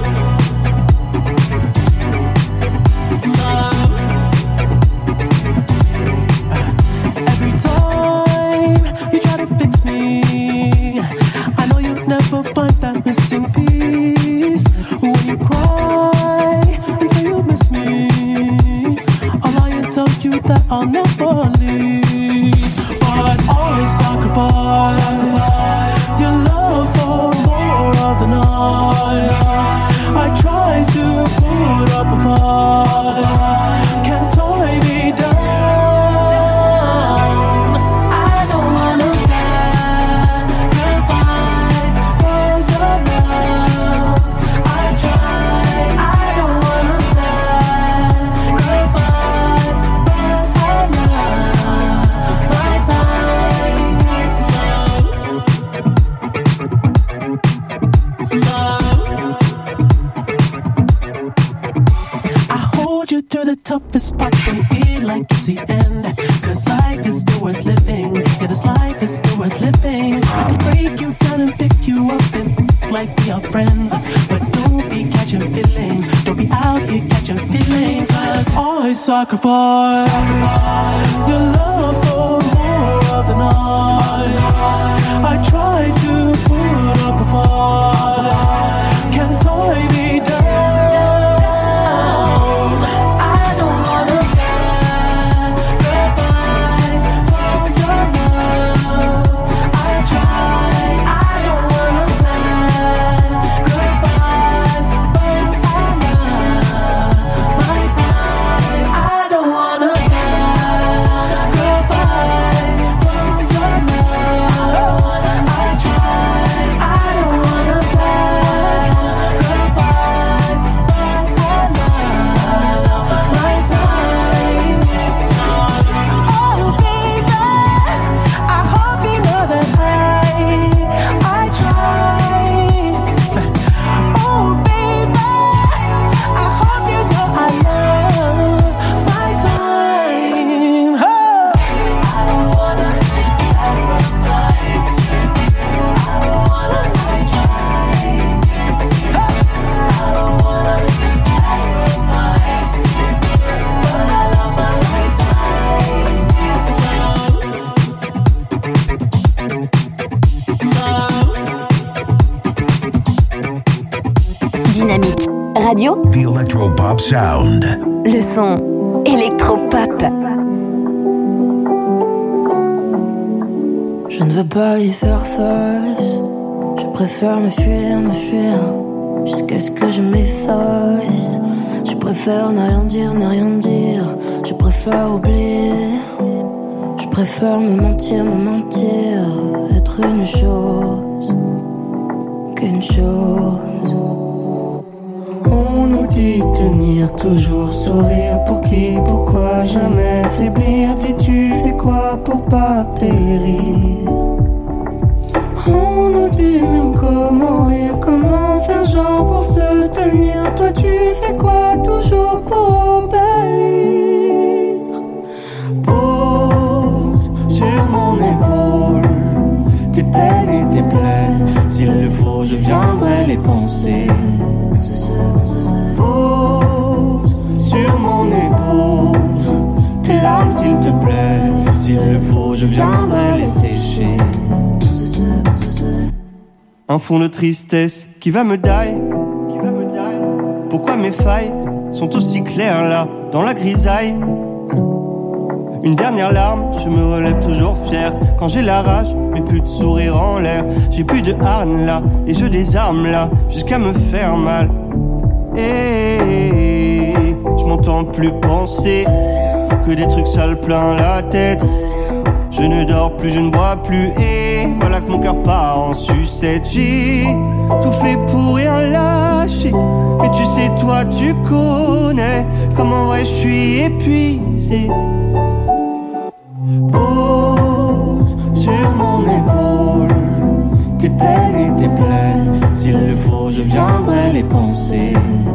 Every time you try to fix me, I know you'll never find that missing piece. When you cry and say you miss me, I'll lie and tell you that I'll never leave. But always sacrifice your love for more of the night. I try to put up a fight, can't tie me down. I don't wanna sacrifice for your love. I try, I don't wanna sacrifice for my time. Love. I hold you through the toughest parts and feel like it's the end. Cause life is still worth living. Yeah, this life is still worth living. I can break you down and pick you up and think like we are friends. But don't be catching feelings. Don't be out here catching feelings. Cause I sacrifice your love for more of the night. I try to put up a fight, can't tie me down. I don't wanna sacrifice for your love. I try, I don't wanna sacrifice for my time. I don't wanna sacrifice for your love. I try, I don't wanna sacrifice for my time. Oh baby, I hope you know that I try. Oh baby, I hope you know I love my time. I don't wanna sacrifice. I don't wanna try. I don't wanna sacrifice, but I love my time. Dynamique Radio, The Electropop Sound. le son électropop. Je ne veux pas y faire face. Je préfère me fuir, jusqu'à ce que je m'efface. Je préfère ne rien dire. Je préfère oublier. Je préfère me mentir, être une chose qu'une chose. On nous dit tenir, toujours sourire. Pour qui, pourquoi jamais faiblir? Dis-tu fais quoi pour pas périr? On nous dit même comment rire, comment faire genre pour se tenir. Toi tu fais quoi toujours pour obéir? Pose sur mon épaule tes peines et tes plaies. S'il le faut je viendrai les penser. Pose sur mon épaule tes larmes s'il te plaît. S'il le faut je viendrai les sécher. Un fond de tristesse qui va me die. Pourquoi mes failles sont aussi claires là, dans la grisaille? Une dernière larme, je me relève toujours fier. Quand j'ai la rage, mais plus de sourire en l'air. J'ai plus de harne là, et je désarme là, jusqu'à me faire mal. Et je m'entends plus penser que des trucs sales plein la tête. Je ne dors plus, je ne bois plus, et voilà que mon cœur part en sucette. J'ai tout fait pour rien lâcher, mais tu sais toi tu connais comment vrai je suis épuisé. Pose sur mon épaule tes peines et tes plaies. S'il le faut je viendrai les penser.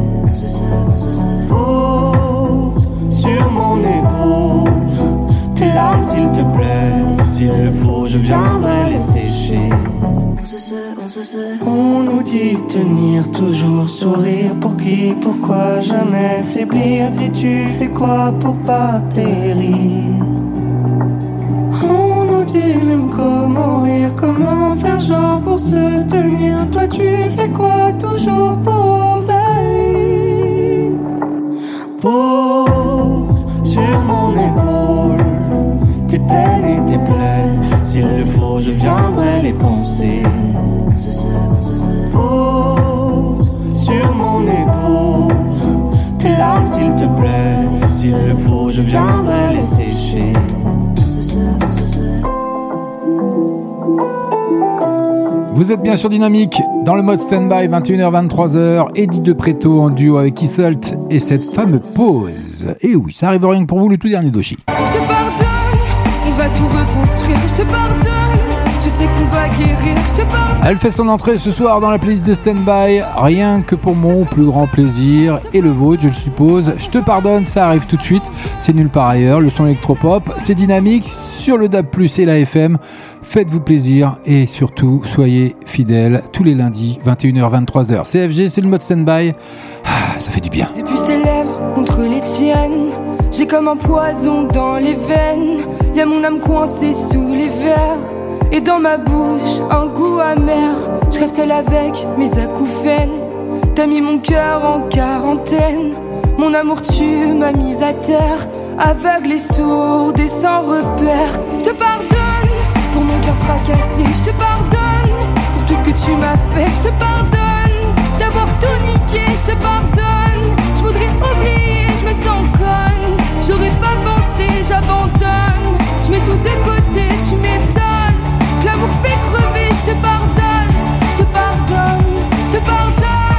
Pose sur mon épaule tes larmes s'il te plaît. S'il le faut je viendrai les sécher. On nous dit tenir, toujours sourire. Pour qui, pourquoi jamais faiblir? Dis-tu fais quoi pour pas périr? On nous dit même comment rire, comment faire genre pour se tenir. Toi tu fais quoi toujours pour obéir? Pose sur mon épaule tes peines et tes plaies. S'il le faut je viendrai les penser. Pose sur mon épaule tes larmes s'il te plaît. S'il le faut je viendrai les sécher. Vous êtes bien sur Dynamique, dans le mode stand-by, 21h-23h, Eddie De Pretto en duo avec Isselt et cette fameuse pause. Et oui, ça arrive rien que pour vous, le tout dernier Doshi. Je te pardonne, on va tout reconstruire. Je te pardonne, je sais qu'on va guérir. Je te pardonne. Elle fait son entrée ce soir dans la playlist de stand-by, rien que pour mon plus grand plaisir et le vôtre, je le suppose. Je te pardonne, ça arrive tout de suite, c'est nulle part ailleurs, le son électropop, c'est Dynamique sur le DAB+, et la FM. Faites-vous plaisir et surtout, soyez fidèles tous les lundis, 21h-23h. CFG, c'est le mode stand-by. Ah, ça fait du bien. Depuis ses lèvres contre les tiennes, j'ai comme un poison dans les veines. Y'a mon âme coincée sous les verres, et dans ma bouche, un goût amer. Je rêve seule avec mes acouphènes. T'as mis mon cœur en quarantaine. Mon amour, tu m'as mise à terre, aveugle et sourde et sans repère. Je te pardonne pour mon cœur fracassé, je te pardonne pour tout ce que tu m'as fait, je te pardonne d'avoir tout niqué, je te pardonne. Je voudrais oublier, je me sens conne. J'aurais pas pensé, j'abandonne. Je mets tout de côté, tu m'étonnes. Que l'amour fait crever, je te pardonne. Je te pardonne, je te pardonne.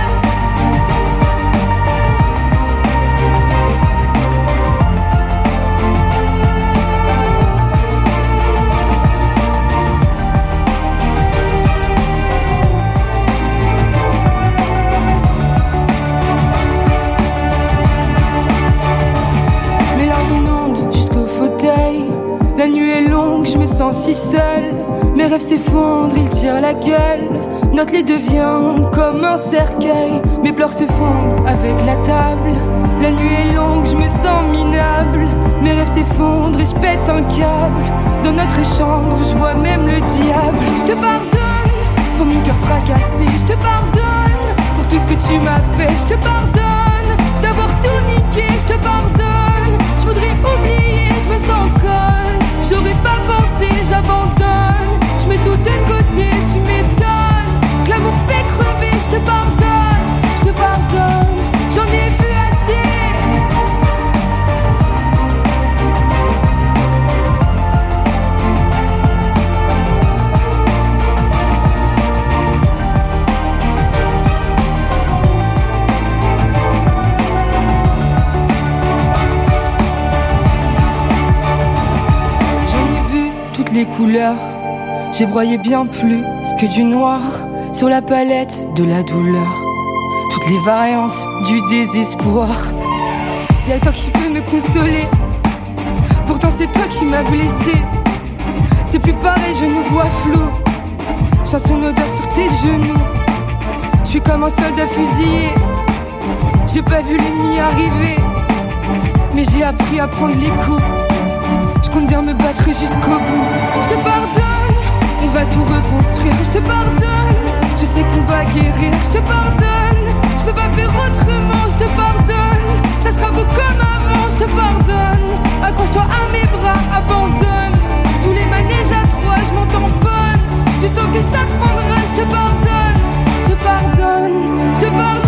La nuit est longue, je me sens si seule. Mes rêves s'effondrent, ils tirent la gueule. Notre lit devient comme un cercueil. Mes pleurs se fondent avec la table. La nuit est longue, je me sens minable. Mes rêves s'effondrent et je pète un câble. Dans notre chambre, je vois même le diable. Je te pardonne pour mon cœur fracassé. Je te pardonne pour tout ce que tu m'as fait. Je te pardonne d'avoir tout niqué. Je te pardonne. Je voudrais oublier, je me sens conne. J'aurais pas pensé, j'abandonne. Je mets tout de côté, tu m'étonnes. couleurs. J'ai broyé bien plus que du noir sur la palette de la douleur. Toutes les variantes du désespoir. Y'a toi qui peux me consoler. Pourtant c'est toi qui m'as blessé. C'est plus pareil, je nous vois flou. Sens son odeur sur tes genoux. Je suis comme un soldat fusillé. J'ai pas vu l'ennemi arriver, mais j'ai appris à prendre les coups. Je compte bien me battre jusqu'au bout. Je te pardonne, on va tout reconstruire. Je te pardonne, je sais qu'on va guérir. Je te pardonne, je peux pas faire autrement. Je te pardonne, ça sera beau comme avant. Je te pardonne, accroche-toi à mes bras, abandonne tous les manèges à trois, je m'en tamponne. Du temps que ça prendra, je te pardonne. Je te pardonne, je te pardonne.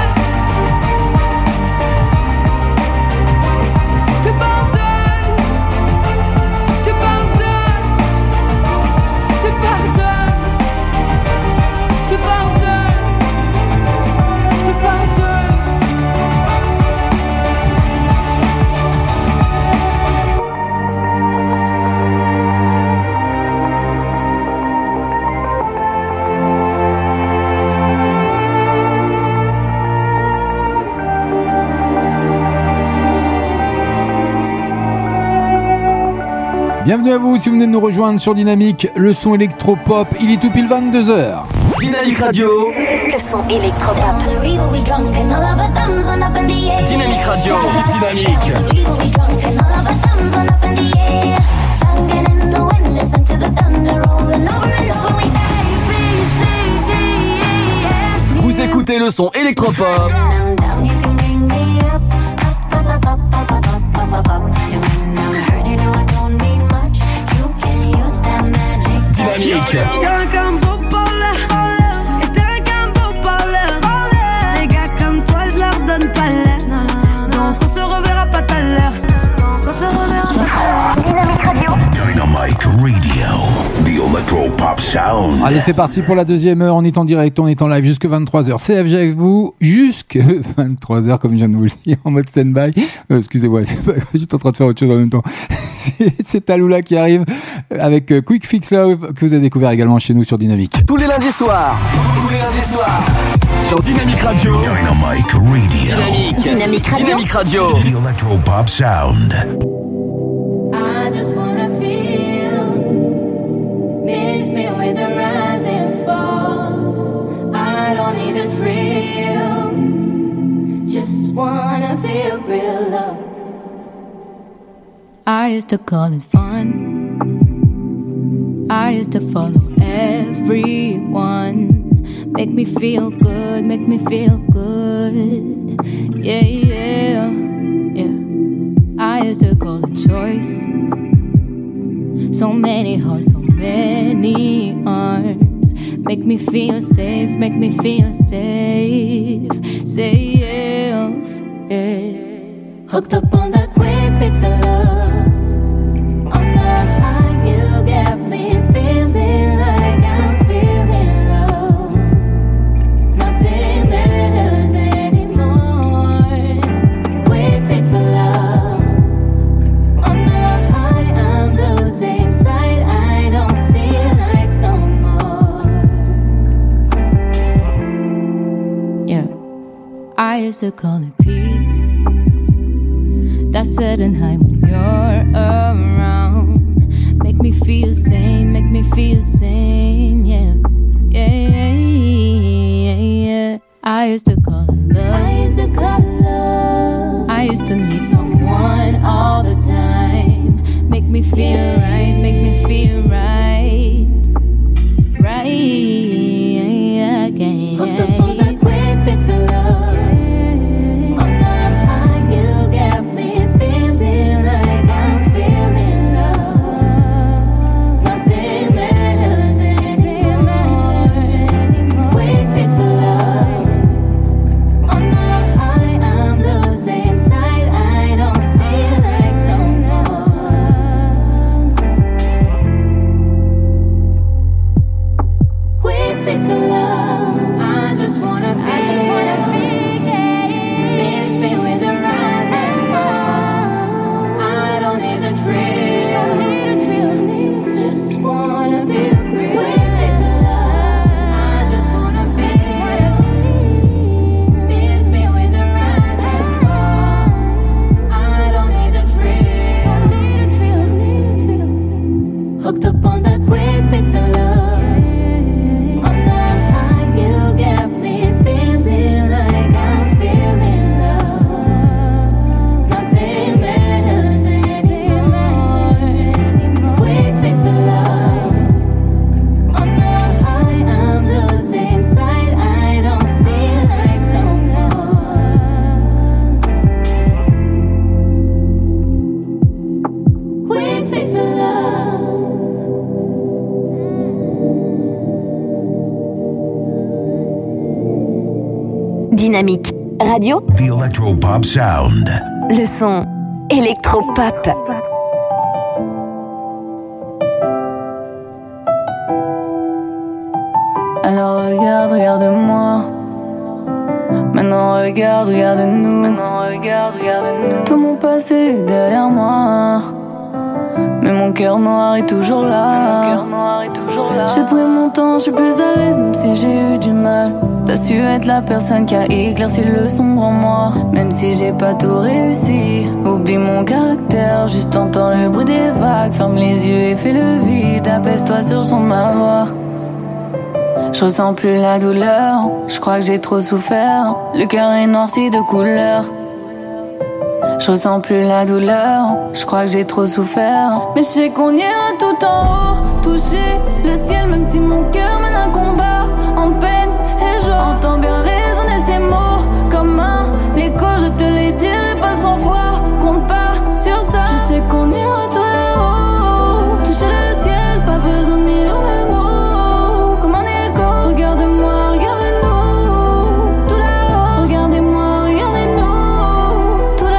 Je te pardonne, je te pardonne, je te pardonne, je te pardonne, je te pardonne. Bienvenue à vous si vous venez de nous rejoindre sur Dynamique, le son électropop, il est tout pile 22h. Dynamique Radio. Le son électropop. Dynamique Radio. Dynamique. Vous écoutez le son électropop. Dynamique. T'es qu'un beau parleur, et t'es qu'un beau parleur. Les gars comme toi, je leur donne pas l'air. Donc on se reverra pas tout à l'heure. Dynamique Radio. Dynamique Radio. The Electro Pop Sound. Allez, c'est parti pour la deuxième heure. On est en direct, on est en live jusque 23h. CFG avec vous jusque 23h, comme je viens de vous le dire, en mode stand-by. Excusez-moi, c'est pas... je suis en train de faire autre chose en même temps. C'est Talula qui arrive avec Quick Fix Love, que vous avez découvert également chez nous sur Dynamique. Tous les lundis soirs. Sur Dynamique Radio. Dynamique Radio. Dynamique Radio. Dynamique Radio. The Electro Pop Sound. I just wanna feel, miss me with the rise and fall. I don't need a thrill, just wanna feel real love. I used to call it fun. I used to follow everyone. Make me feel good, make me feel good. Yeah, yeah, yeah. I used to call it choice. So many hearts, so many arms. Make me feel safe, make me feel safe. Safe, yeah. Hooked up on that quick fix of love. On the high, you got me feeling like I'm feeling love. Nothing matters anymore. Quick fix of love. On the high, I'm losing sight. I don't see light no more. Yeah. I used to call it peace. That sudden high when you're around. Make me feel sane, make me feel sane, yeah. Yeah, yeah, yeah. I used to call it love. I used to call it love. I used to need someone all the time. Make me feel right, make me feel right. Right, again. Hooked up on that quick fix of love. Dynamique Radio. The Electropop Sound. Le son électropop. Alors regarde, regarde-moi. Maintenant regarde, regarde-nous. Tout mon passé est derrière moi, mais mon cœur noir est toujours là. J'ai pris mon temps, je suis plus à l'aise, même si j'ai eu du mal. T'as su être la personne qui a éclairci le sombre en moi. Même si j'ai pas tout réussi, oublie mon caractère, juste entends le bruit des vagues. Ferme les yeux et fais le vide, apaise-toi sur le son de ma voix. Je ressens plus la douleur, je crois que j'ai trop souffert. Le cœur est noirci de couleur. Je ressens plus la douleur, je crois que j'ai trop souffert. Mais je sais qu'on ira tout en haut, toucher le ciel, même si mon cœur mène un combat en peine et joie. Entends bien résonner ces mots comme un écho, je te les dirai pas 100 fois. Compte pas sur ça. Je sais qu'on ira tout là-haut, toucher le ciel, pas besoin de millions de mots. Comme un écho, regarde-moi, regarde-nous, tout là-haut. Regardez-moi, regardez-nous, tout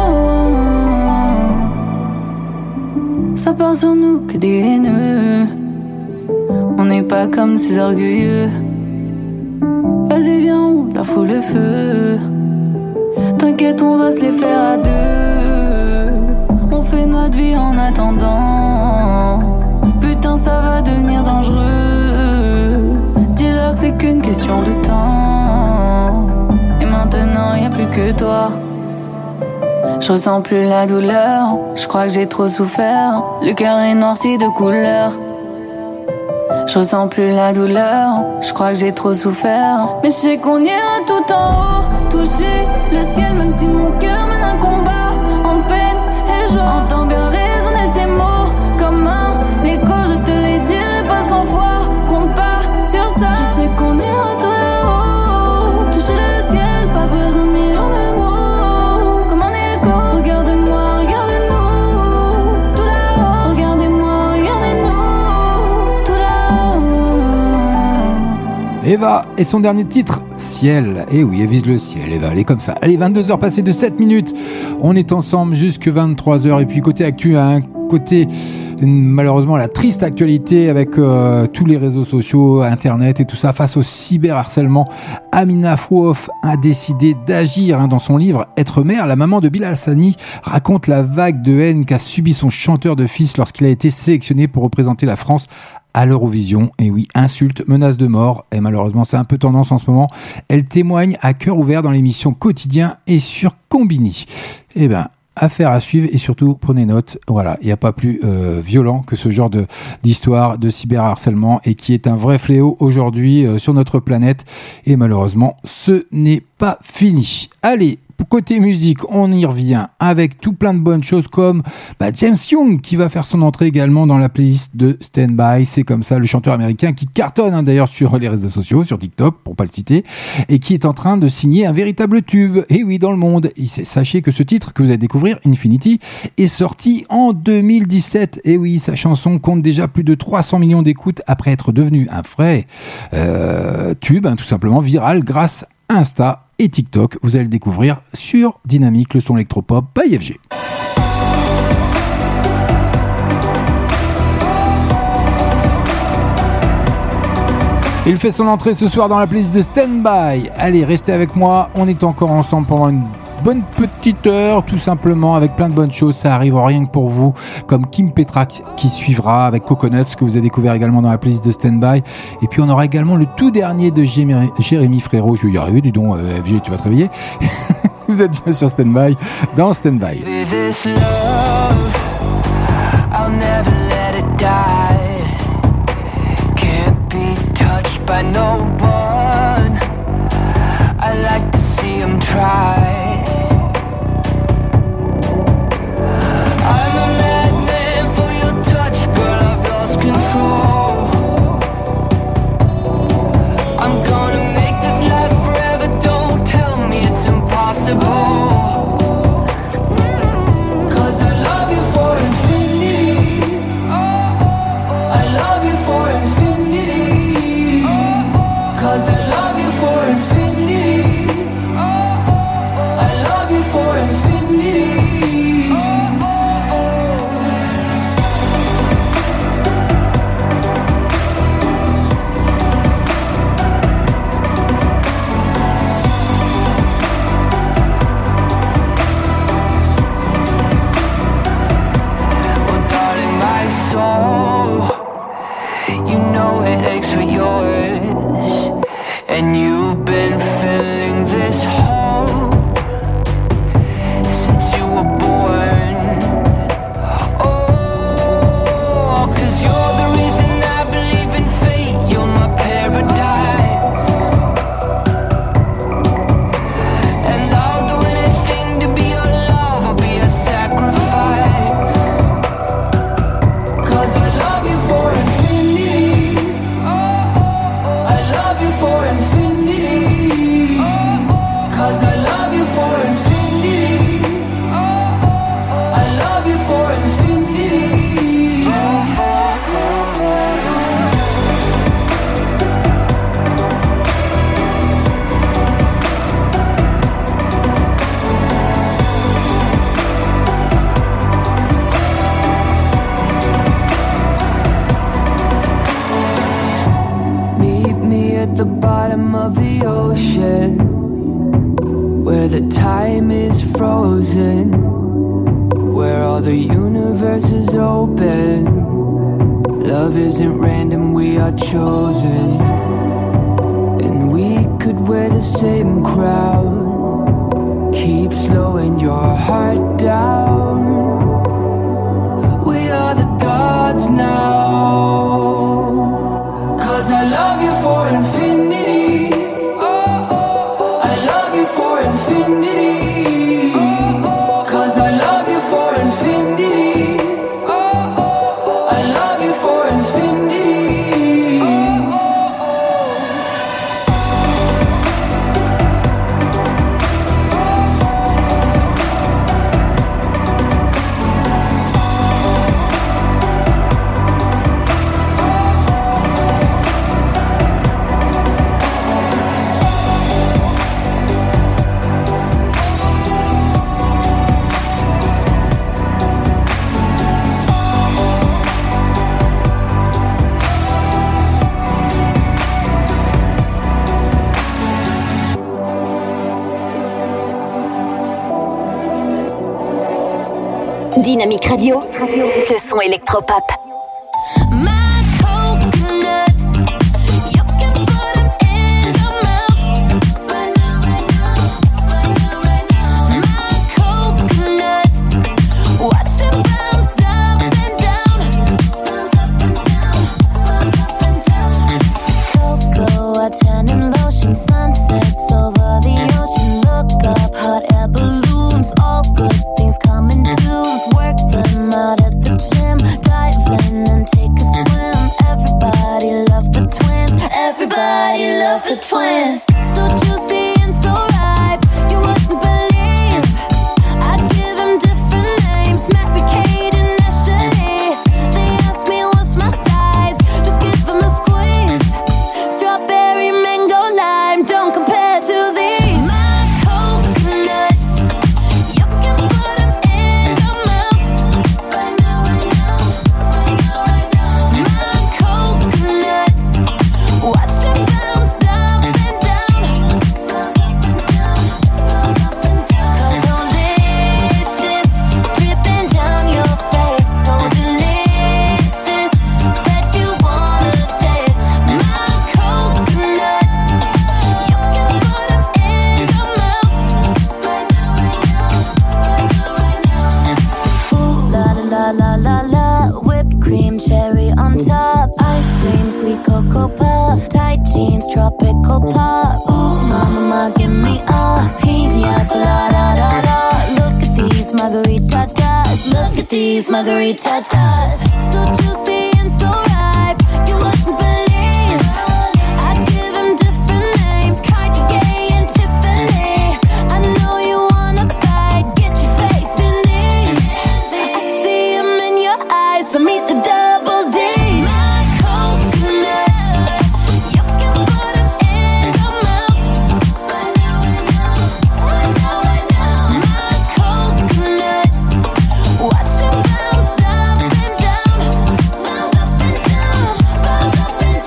là-haut. Ça part sur nous que des haineux. On n'est pas comme ces orgueilleux. Vas-y viens, on leur fout le feu. T'inquiète, on va se les faire à deux. On fait notre vie en attendant. Putain, ça va devenir dangereux. Dis-leur que c'est qu'une question de temps. Et maintenant, y a plus que toi. Je ressens plus la douleur, je crois que j'ai trop souffert. Le cœur est noirci de couleur. Je ressens plus la douleur, je crois que j'ai trop souffert. Mais je sais qu'on ira tout en haut, toucher le ciel, même si mon cœur mène un combat en peine et joie. Entends bien résonner ces mots comme un écho, je te les dirai pas 100 fois. Compte pas sur ça. Je sais qu'on ira tout là-haut, toucher le ciel, pas besoin de millions de mots. Comme un écho, regarde-moi, regarde-nous, tout là-haut. Regardez-moi, regardez-nous, tout là-haut. Eva et son dernier titre, Ciel. Et oui, elle vise le ciel, Eva, elle est comme ça. Allez, 22h passées de 7 minutes. On est ensemble jusque 23h. Et puis côté actu, un côté malheureusement la triste actualité avec tous les réseaux sociaux, internet et tout ça face au cyberharcèlement. Amina Fououf a décidé d'agir dans son livre Être mère. La maman de Bilal Hassani raconte la vague de haine qu'a subi son chanteur de fils lorsqu'il a été sélectionné pour représenter la France à l'Eurovision. Et oui, insultes, menaces de mort, et malheureusement c'est un peu tendance en ce moment. Elle témoigne à cœur ouvert dans l'émission Quotidien et sur Combini. Eh ben, affaire à suivre, et surtout prenez note, voilà, il n'y a pas plus violent que ce genre d'histoire de cyberharcèlement, et qui est un vrai fléau aujourd'hui sur notre planète, et malheureusement ce n'est pas fini. Allez, côté musique, on y revient avec tout plein de bonnes choses comme James Young qui va faire son entrée également dans la playlist de Stand By. C'est comme ça, le chanteur américain qui cartonne d'ailleurs sur les réseaux sociaux, sur TikTok pour pas le citer, et qui est en train de signer un véritable tube. Et oui, dans le monde. Et sachez que ce titre que vous allez découvrir, Infinity, est sorti en 2017. Et oui, sa chanson compte déjà plus de 300 millions d'écoutes après être devenu un vrai tube, tout simplement viral grâce à Insta et TikTok. Vous allez le découvrir sur Dynamique, le son électropop by FG. Il fait son entrée ce soir dans la playlist de Stand By. Allez, restez avec moi, on est encore ensemble pendant une bonne petite heure, tout simplement, avec plein de bonnes choses. Ça arrive rien que pour vous, comme Kim Petras qui suivra avec Coconuts, que vous avez découvert également dans la playlist de Stand By. Et puis on aura également le tout dernier de Jérémy Frérot. Je vais y arriver, dis donc, FG, tu vas te réveiller. Vous êtes bien sur Stand By, dans Stand By. By no one, I like to see him try. I'm a madman for your touch, girl, I've lost control. I'm gonna make this last forever, don't tell me it's impossible. Cause I love you for infinity. it aches for yours. And you've been filling this hole since you were born. Oh, 'cause you're the reason I believe in fate. You're my paradise. And I'll do anything to be your love. I'll be a sacrifice. 'Cause I love you for infinity. I love you for infinity. 'Cause I love you for infinity. I love you for infinity. Meet me at the bottom of the ocean, where the time is frozen, where all the universe is open. Love isn't random, we are chosen. And we could wear the same crown. Keep slowing your heart down. We are the gods now. 'Cause I love you for infinity. I love you for infinity. 'Cause I love you for infinity. I love you for infinity. Dynamique Radio, le son électropop. Sunsets over the ocean, look up, hot air balloons, all good things come in twos, work them out at the gym, dive in and take a swim, everybody love the twins, everybody love the twins, so juicy and so ripe, you wouldn't believe, I'd give them different names, Mary Kate and Ashley, they ask me what's my size, just give them a squeeze, strawberry, mango, lime, don't compare to these. My coconuts, you can put them in your mouth. Right now, right now, right now, right now. My coconuts, watch it bounce up and down. Bounce up and down, bounce up and down. Delicious, dripping down your face. So delicious that you wanna taste. My coconuts. La la la la, whipped cream, cherry on top, ice cream, sweet cocoa puff, tight jeans, tropical pop. Ooh, mama, give me a pina colada. Look at these margaritas, look at these margaritas. So juicy and so ripe, you wouldn't believe. I'd give them different names, Cartier and Tiffany. I know you wanna bite, get your face in these. I see them in your eyes, so meet the double D. My coconuts, you can put them in your mouth. Right now, right now, right now, right now. My coconuts, watch it bounce up and down, bounce up and down, bounce up and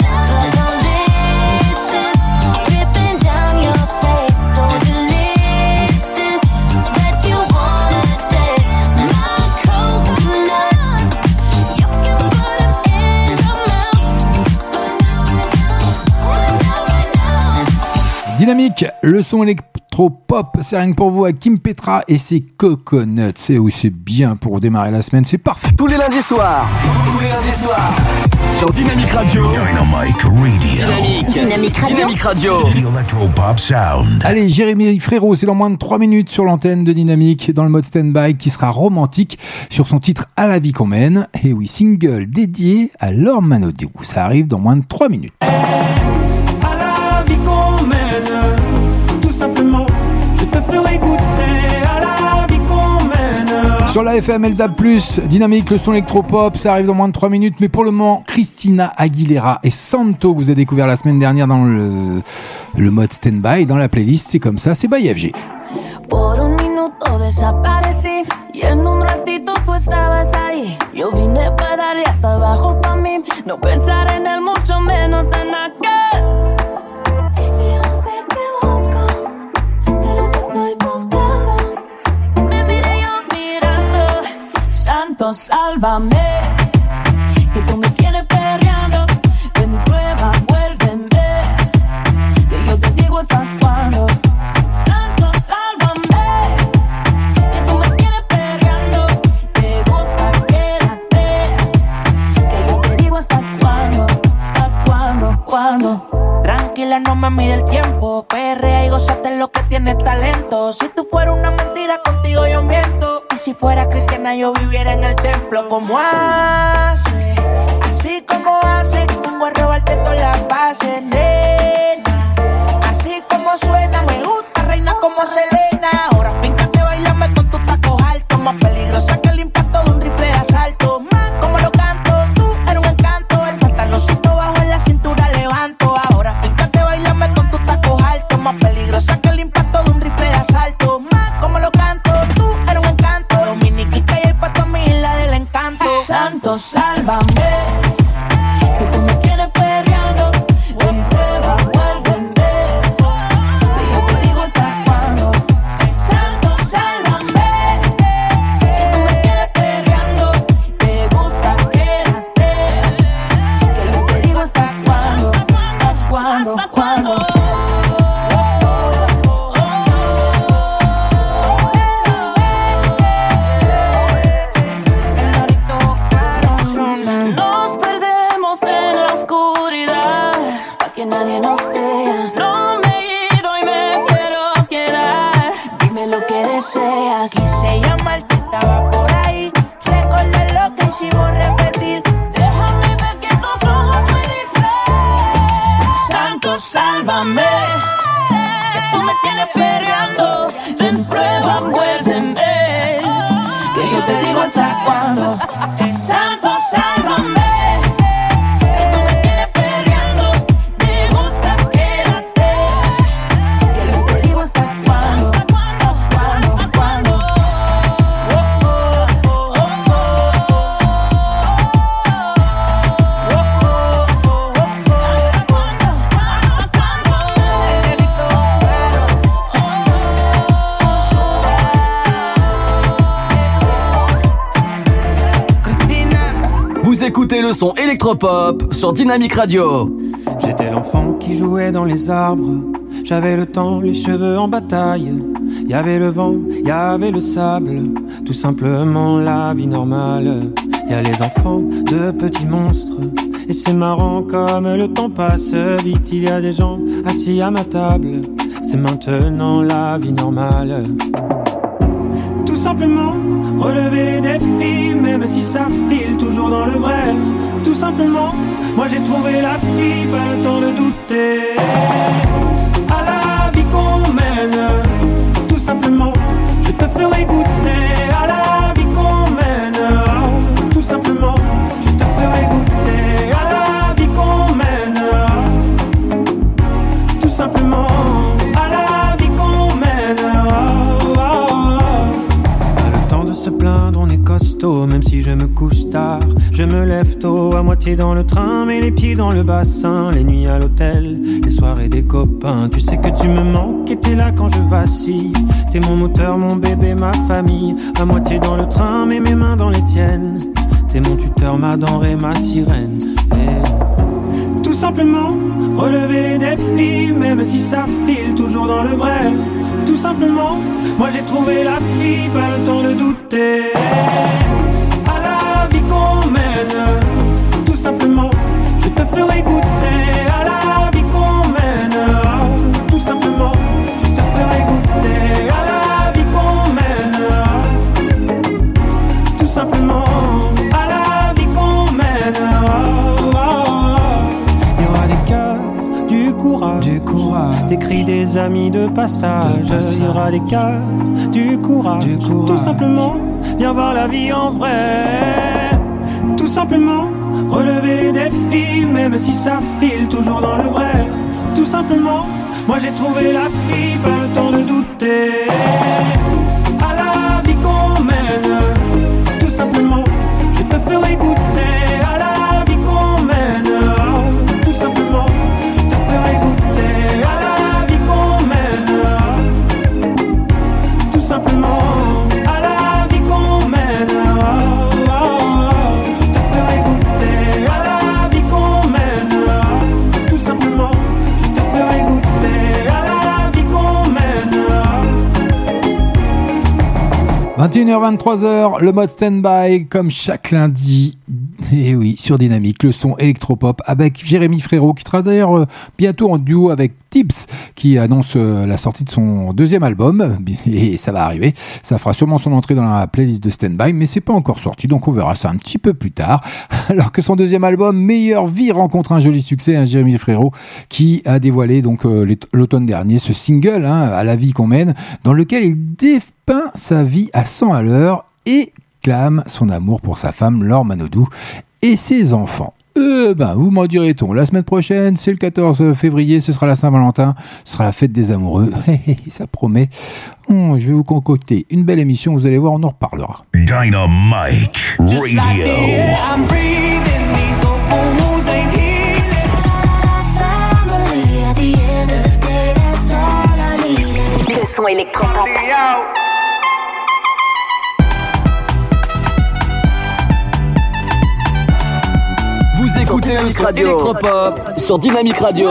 Dynamique, le son électro-pop, c'est rien que pour vous à Kim Petra et ses Coconuts. C'est bien pour démarrer la semaine, c'est parfait. Tous les lundis soirs. Sur Dynamique Radio. Dynamique Radio. Dynamique Radio. The Electro-Pop Sound. Allez, Jérémy Frérot, c'est dans moins de 3 minutes sur l'antenne de Dynamique, dans le mode stand-by, qui sera romantique sur son titre À la vie qu'on mène. Et oui, single dédié à Laure Manodou. Ça arrive dans moins de 3 minutes. À la vie qu'on mène, tout simplement, je te ferai goûter à la vie qu'on mène. Sur la FM LDAB+, Dynamique, le son électropop, ça arrive dans moins de 3 minutes. Mais pour le moment, Christina Aguilera et Santo, que vous avez découvert la semaine dernière dans le mode stand-by, dans la playlist, c'est comme ça, c'est by FG. Por un minuto desaparecí y en un ratito tú estabas ahí. Yo vine para darle hasta abajo pa' mí, no pensar en él, mucho menos en aquel. Y yo sé que busco, pero te estoy buscando. Me miré yo mirando, santo sálvame, que tú me tienes perreando. Ven prueba, vuélveme, que yo te digo hasta cuándo. Tranquila, no me mide el tiempo. Perrea y gózate lo que tienes talento. Si tú fueras una mentira, contigo yo miento. Y si fuera cristiana, yo viviera en el templo. ¿Cómo hace? Así como hace. Vengo a robarte todas las bases, nena. Así como suena, me gusta, reina como Selena. Ahora fíjate, bailame con tus tacos altos. Más peligrosa que el impacto de un rifle de asalto. Más como lo canto, tú eres un encanto. El pantaloncito bajo en la cintura levanto. Ahora fíjate, bailame con tus tacos altos. Más peligrosa que el impacto de un rifle de asalto. Más como lo canto, tú eres un encanto. Dominiquita y el pato a mi isla del encanto. Santo, sálvame, que tú me tienes perreando. Ven, prueba, vuélveme, que yo te digo hasta cuándo. Santo, sálvame, que tú me tienes perreando. Te gusta, quédate, que yo te digo hasta cuándo. Hasta cuándo, hasta cuándo. Nos perdemos en la oscuridad, pa' que nadie nos vea. No me he ido y me quiero quedar. Dime lo que deseas. Quise llamarte, estaba por ahí. Recordar lo que hicimos repetir. Déjame ver que tus ojos me dicen. Santo, sálvame, que tú me tienes perreando. Ven, prueba, muérdeme, que yo te digo hasta cuándo. Santo, sálvame, que tú me tienes perreando. Me gusta, quédate, que yo te digo hasta cuándo. Hasta cuándo, hasta cuándo. Vous écoutez le son électropop sur Dynamique Radio. J'étais l'enfant qui jouait dans les arbres. J'avais le temps, les cheveux en bataille. Y avait le vent, y avait le sable. Tout simplement la vie normale. Y a les enfants de petits monstres. Et c'est marrant comme le temps passe vite. Il y a des gens assis à ma table. C'est maintenant la vie normale. Tout simplement, relever les défis, même si ça file toujours dans le vrai. Tout simplement, moi j'ai trouvé la fille, pas le temps de douter. À la vie qu'on mène, tout simplement, je te ferai goûter. À la vie qu'on mène, tout simplement, je te ferai goûter. À la vie qu'on mène, tout simplement, à la vie qu'on mène. Se plaindre, on est costaud, même si je me couche tard. Je me lève tôt, à moitié dans le train, mais les pieds dans le bassin. Les nuits à l'hôtel, les soirées des copains. Tu sais que tu me manques et t'es là quand je vacille. T'es mon moteur, mon bébé, ma famille. À moitié dans le train, mais mes mains dans les tiennes. T'es mon tuteur, ma denrée, ma sirène. Et tout simplement relever les défis, même si ça file toujours dans le vrai. Tout simplement, moi j'ai trouvé la fille, pas le temps de douter. À la vie qu'on mène, tout simplement, je te ferai goûter. À la vie qu'on mène, tout simplement, je te ferai goûter. À la vie qu'on mène, tout simplement, à la vie qu'on mène. Il y aura des cœurs, du courage, des cris des amis de passage. Il y aura des cœurs, du courage, tout simplement, viens voir la vie en vrai. Tout simplement, relever les défis, même si ça file toujours dans le vrai. Tout simplement, moi j'ai trouvé la fille, pas le temps de douter. À la vie qu'on mène, tout simplement, je te ferai goûter. À la vie qu'on mène, tout simplement, je te ferai goûter. À la vie qu'on mène, tout simplement, à la vie qu'on mène. « 21h-23h, le mode stand-by, comme chaque lundi, et oui, sur Dynamique, le son électropop avec Jérémy Frérot, qui sera d'ailleurs bientôt en duo avec Tips, qui annonce la sortie de son deuxième album, et ça va arriver, ça fera sûrement son entrée dans la playlist de stand-by, mais c'est pas encore sorti, donc on verra ça un petit peu plus tard, alors que son deuxième album, Meilleure Vie, rencontre un joli succès, Jérémy Frérot, qui a dévoilé donc l'automne dernier ce single, À la vie qu'on mène, dans lequel il dépeint sa vie à 100 à l'heure et clame son amour pour sa femme Laure Manodou et ses enfants. Vous m'en direz-on, la semaine prochaine, c'est le 14 février, ce sera la Saint-Valentin, ce sera la fête des amoureux, ça promet. Je vais vous concocter une belle émission, vous allez voir, on en reparlera. Dynamite Radio. Le son électropop. Vous écoutez le son électropop sur Dynamique Radio.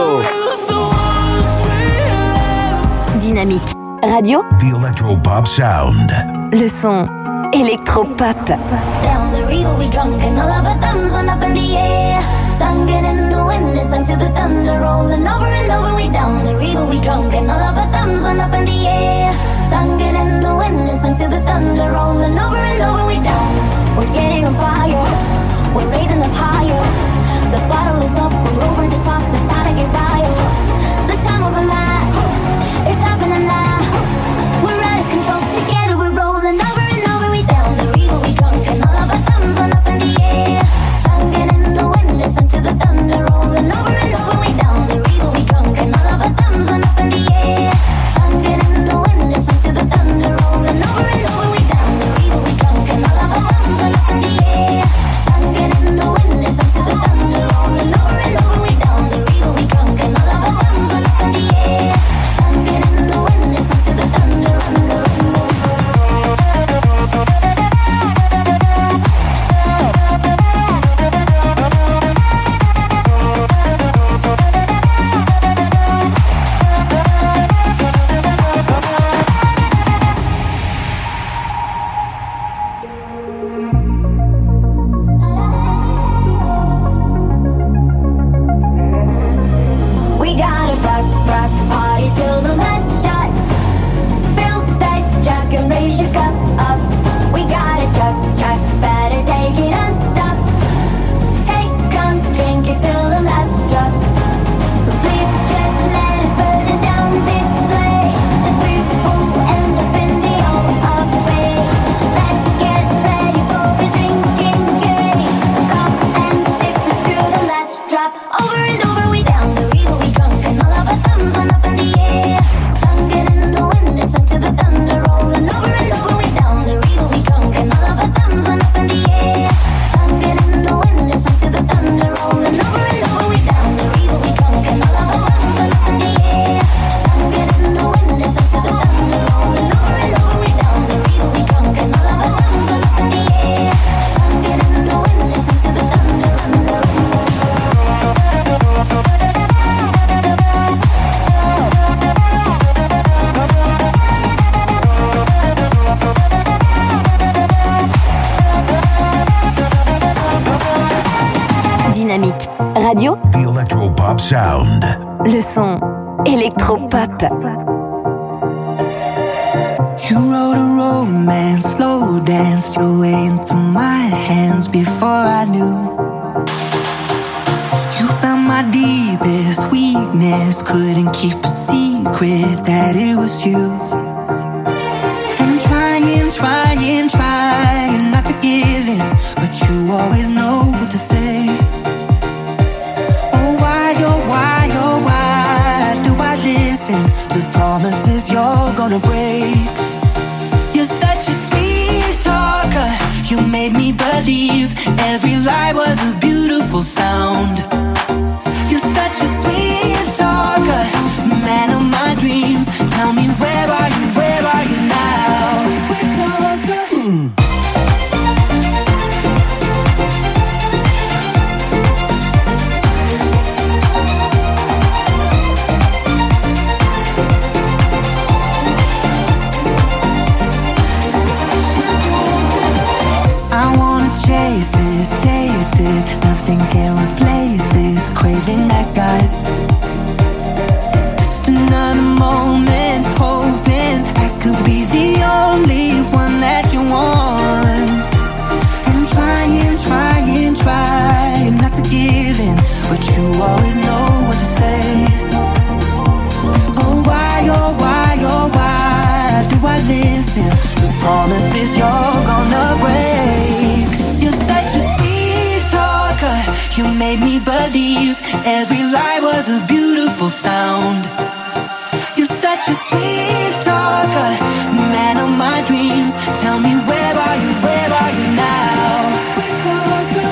Dynamique Radio. The Electropop Sound. Le son électropop. Down the river we drunk and all of our thumbs went up in the air. Singing in the wind and sang to the thunder, rolling over and over. We down the river we drunk and all of our thumbs went up in the air. Singing in the wind and sang to the thunder, rolling over and over. We down, we're getting on fire, we're raising up higher. The bottle is up, we're over the top, it's time to get wild. The time of a life, it's happening now. We're out of control, together we're rolling over and over. We down the river, we drunk and all of our thumbs went up in the air. Singing in the wind, listen to the thunder, rolling over and over. We down the river, we drunk and all of our thumbs went up in the air. Singing in the wind, listen to the thunder, rolling over and over. We down the river, we drunk and all of our thumbs went up in the air. Singing in the wind, listen to the thunder, rolling over and over. We down. Radio. The Electropop sound. Le son électropop. You wrote a romance, slow dance your way into my hands before I knew. You found my deepest weakness, couldn't keep a secret that it was you. And I'm trying not to give in, but you always know what to say. Oh why do I listen to promises you're gonna break? You're such a sweet talker, you made me believe every lie was a beautiful sound. You're such a sweet talker, man of my dreams. Tell me where are you now? Sweet talker. Taste it, nothing can replace this craving I got. Just another moment, hoping I could be the only one that you want. And I'm trying not to give in, but you always know what to say. Oh why do I listen to promises you're gonna break? You're such a sweet talker, you made me believe every lie was a beautiful sound. You're such a sweet talker, man of my dreams. Tell me where are you now? Sweet talker.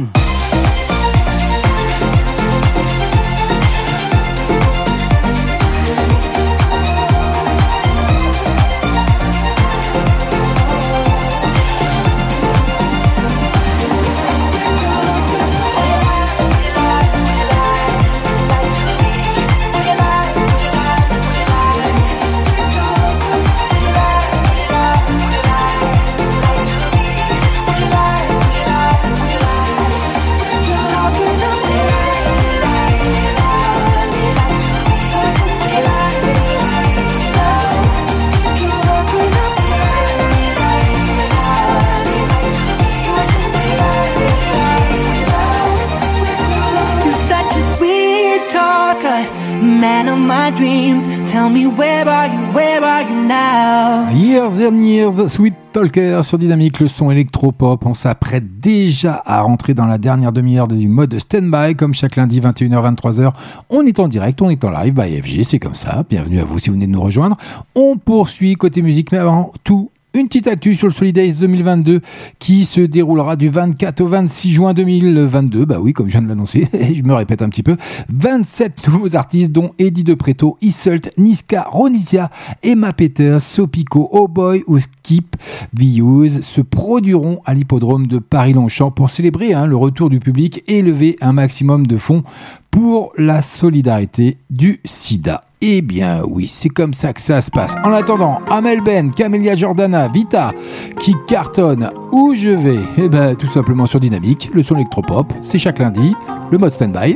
Man of my dreams, tell me where are you now? Years and Years, Sweet Talker sur Dynamique, le son électropop. On s'apprête déjà à rentrer dans la dernière demi-heure du mode stand-by, comme chaque lundi 21h 23h. On est en direct, on est en live, FG, c'est comme ça. Bienvenue à vous si vous venez de nous rejoindre. On poursuit côté musique, mais avant tout, une petite actu sur le Solidays 2022 qui se déroulera du 24 au 26 juin 2022. Bah oui, comme je viens de l'annoncer, je me répète un petit peu. 27 nouveaux artistes dont Eddie De Preto, Isolt, Niska, Ronisia, Emma Peters, Sopico, Oh Boy ou Skip Views se produiront à l'hippodrome de Paris-Longchamp pour célébrer le retour du public et lever un maximum de fonds pour la solidarité du sida. Eh bien oui, c'est comme ça que ça se passe. En attendant, Amel Ben, Camélia Jordana, Vita, qui cartonne Où je vais. Eh ben tout simplement sur Dynamique, le son électropop, c'est chaque lundi, le mode stand-by.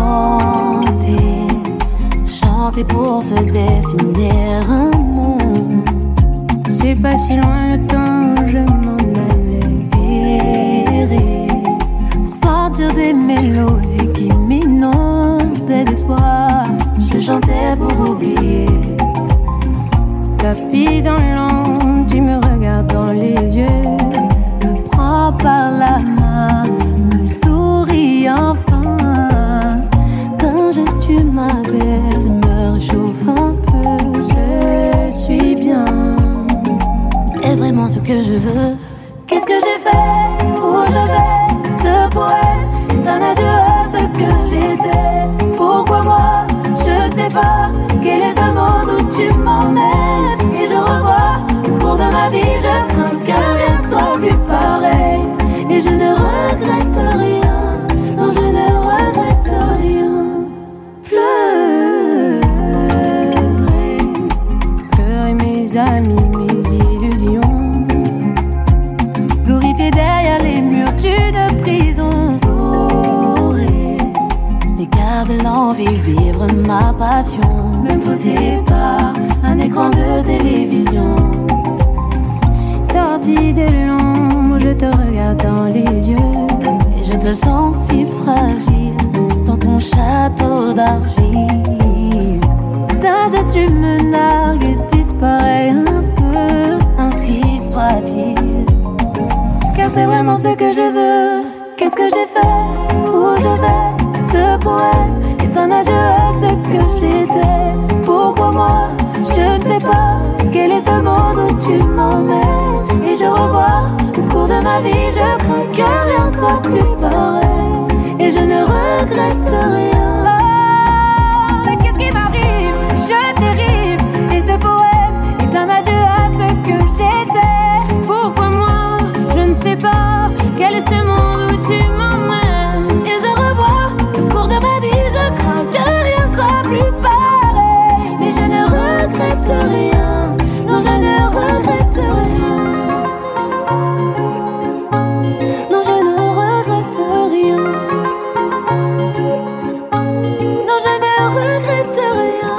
Chanter pour se dessiner un monde. C'est pas si loin le temps, je m'en allais errer pour sentir des mélodies qui m'inondaient d'espoir. Je chantais pour oublier. Tapis dans l'ombre, tu me regardes dans les yeux. Me prends par la main, me souris enfin. D'un geste tu m'abaisse, me réchauffe un peu. Je suis bien. Est-ce vraiment ce que je veux? Qu'est-ce que j'ai fait? Où je vais? Ce poème est un adieu à ce que j'étais. Pourquoi moi? Je ne sais pas. Quel est ce monde où tu m'emmènes? Et je revois au cours de ma vie. Je crains que rien ne soit plus pareil. Et je ne regrette rien. Non, je ne regrette rien. Pleurer mes amis, mes illusions. Glorifier derrière les murs d'une prison. envie de vivre ma passion. Me posé par un écran de télévision. Sorti de l'ombre, je te regarde dans les yeux. Et je te sens si fragile dans ton château d'argile. D'un geste tu me nargues et disparais un peu. Ainsi soit-il, car c'est vraiment ce que je veux. Qu'est-ce que j'ai fait? Où je vais? Ce poème est un adieu à ce que j'étais. Pourquoi moi? Je ne sais pas. Quel est ce monde où tu m'emmènes? Et je revois le cours de ma vie. Je crains que rien ne soit plus pareil. Et je ne regrette rien. Oh, mais qu'est-ce qui m'arrive? Je dérive. Et ce poème est un adieu à ce que j'étais. Pourquoi moi? Je ne sais pas. Quel est ce monde où tu m'emmènes? Et je revois le cours de ma vie. Je crains que rien ne soit plus pareil. Mais je ne regrette rien. Non, je ne regrette rien. Non, je ne regrette rien. Non, je ne regrette rien.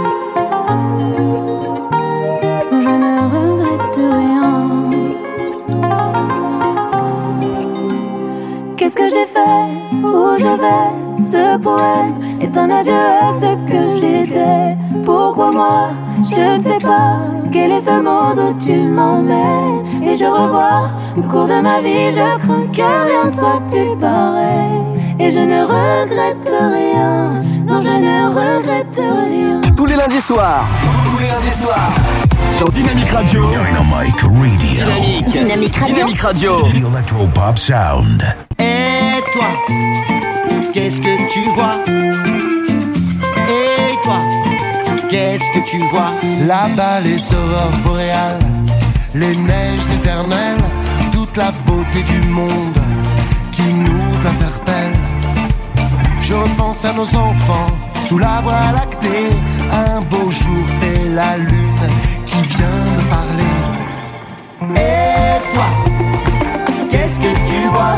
Non, je ne regrette rien. Qu'est-ce que j'ai fait? Où je vais? Ce poème est un adieu à ce que j'étais. Pourquoi moi? Je ne sais pas. Quel est ce monde où tu m'emmènes? Et je revois le cours de ma vie. Je crains que rien ne soit plus pareil. Et je ne regrette rien. Non, je ne regrette rien. Tous les lundis soirs. Sur Dynamic Radio. Dynamic Radio. Dynamic Radio. Dynamic Radio. The Electropop Sound. Et toi, qu'est-ce que tu vois? Et toi, qu'est-ce que tu vois? Là-bas les aurores boréales, les neiges éternelles, toute la beauté du monde qui nous interpelle. Je repense à nos enfants sous la voie lactée. Un beau jour c'est la lune qui vient me parler. Et toi, qu'est-ce que tu vois?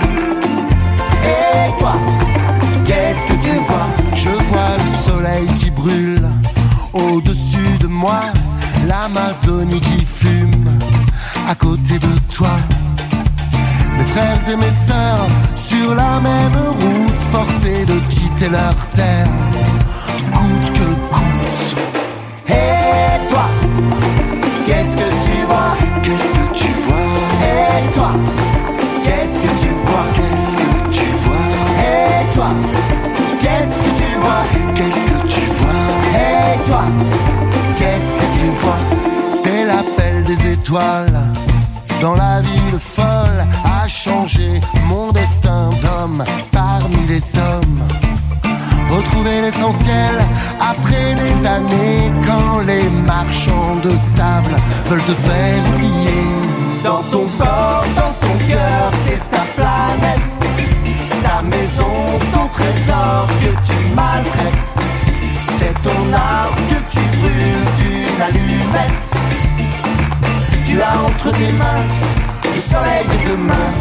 Et toi, qu'est-ce que tu vois? Je vois le soleil qui brûle au-dessus de moi, l'Amazonie qui fume à côté de toi. Mes frères et mes sœurs sur la même route, forcés de quitter leur terre, coûte que coûte. Et toi, qu'est-ce que tu vois? Qu'est-ce que tu vois? Et toi, qu'est-ce que tu vois? Qu'est-ce que tu vois? Et toi, qu'est-ce que tu vois? Qu'est-ce que tu vois? Et toi, qu'est-ce que tu vois? C'est l'appel des étoiles dans la ville folle, a changé mon destin d'homme parmi les hommes. Retrouver l'essentiel après des années, quand les marchands de sable veulent te faire oublier. Dans ton corps, dans ton cœur, c'est ta planète, ta maison, ton trésor que tu maltraites. C'est ton art que tu brûles d'une allumette. Tu as entre tes mains le soleil de demain.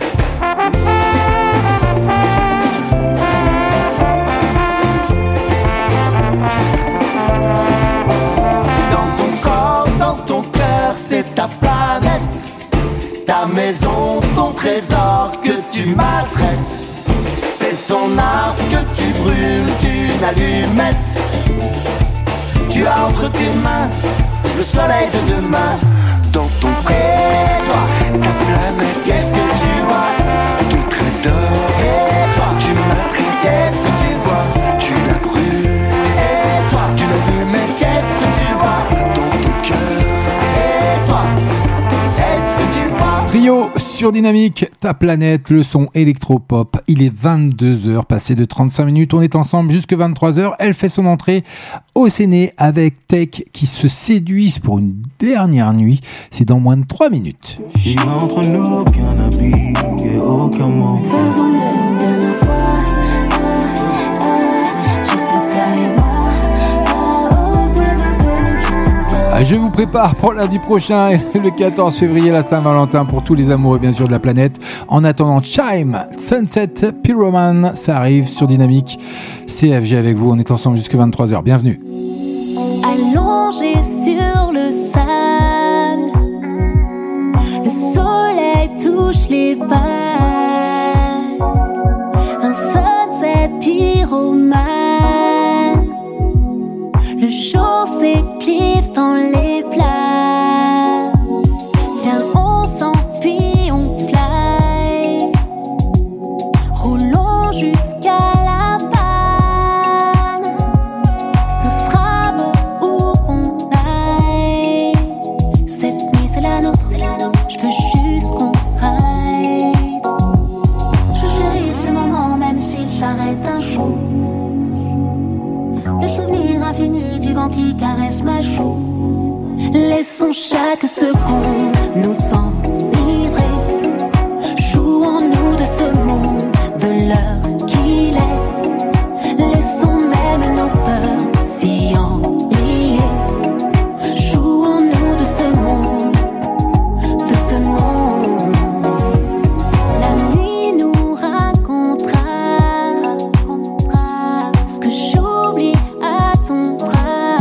Dans ton corps, dans ton cœur, c'est ta planète, ta maison, ton trésor que tu maltraites. C'est ton art que tu brûles d'une allumette. Tu as entre tes mains le soleil de demain. Dans ton corps, et toi, ta planète, qu'est-ce que tu vois? Ton trésor, et toi, tu m'intrigues, qu'est-ce que tu vois? Tu la brûles, et toi, tu l'allumes, qu'est-ce que tu vois? Dans ton cœur, et toi, qu'est-ce que tu vois? Trio sur Dynamique, ta planète, le son électropop. Il est 22h, passé de 35 minutes. On est ensemble jusque 23h. Elle fait son entrée au Séné avec Tech qui se séduisent pour une dernière nuit. C'est dans moins de 3 minutes. Il n'y a entre nous aucun habit et aucun mot. Faisons-le une dernière fois. Juste toi et moi. Je vous prépare pour lundi prochain, le 14 février, la Saint-Valentin, pour tous les amoureux bien sûr de la planète. En attendant, Chime, Sunset Pyroman, ça arrive sur Dynamique. CFG avec vous, on est ensemble jusqu'à 23h. Bienvenue. Allongé sur le sable, le soleil touche les vagues. Un sunset pyromane, le jour s'éclipse dans les flammes. Tiens, on s'enfuit, on fly, roulons jusqu'à la panne. Ce sera beau où qu'on aille. Cette nuit c'est la nôtre, je veux juste qu'on ride. Je chéris ce moment même s'il s'arrête un jour. Le souvenir infini du vent qui caresse ma joue. Laissons chaque seconde nous s'enivrer. Jouons-nous de ce monde, de l'heure qu'il est. Laissons même nos peurs s'y enlier. Jouons-nous de ce monde, de ce monde. La nuit nous racontera ce que j'oublie à ton bras.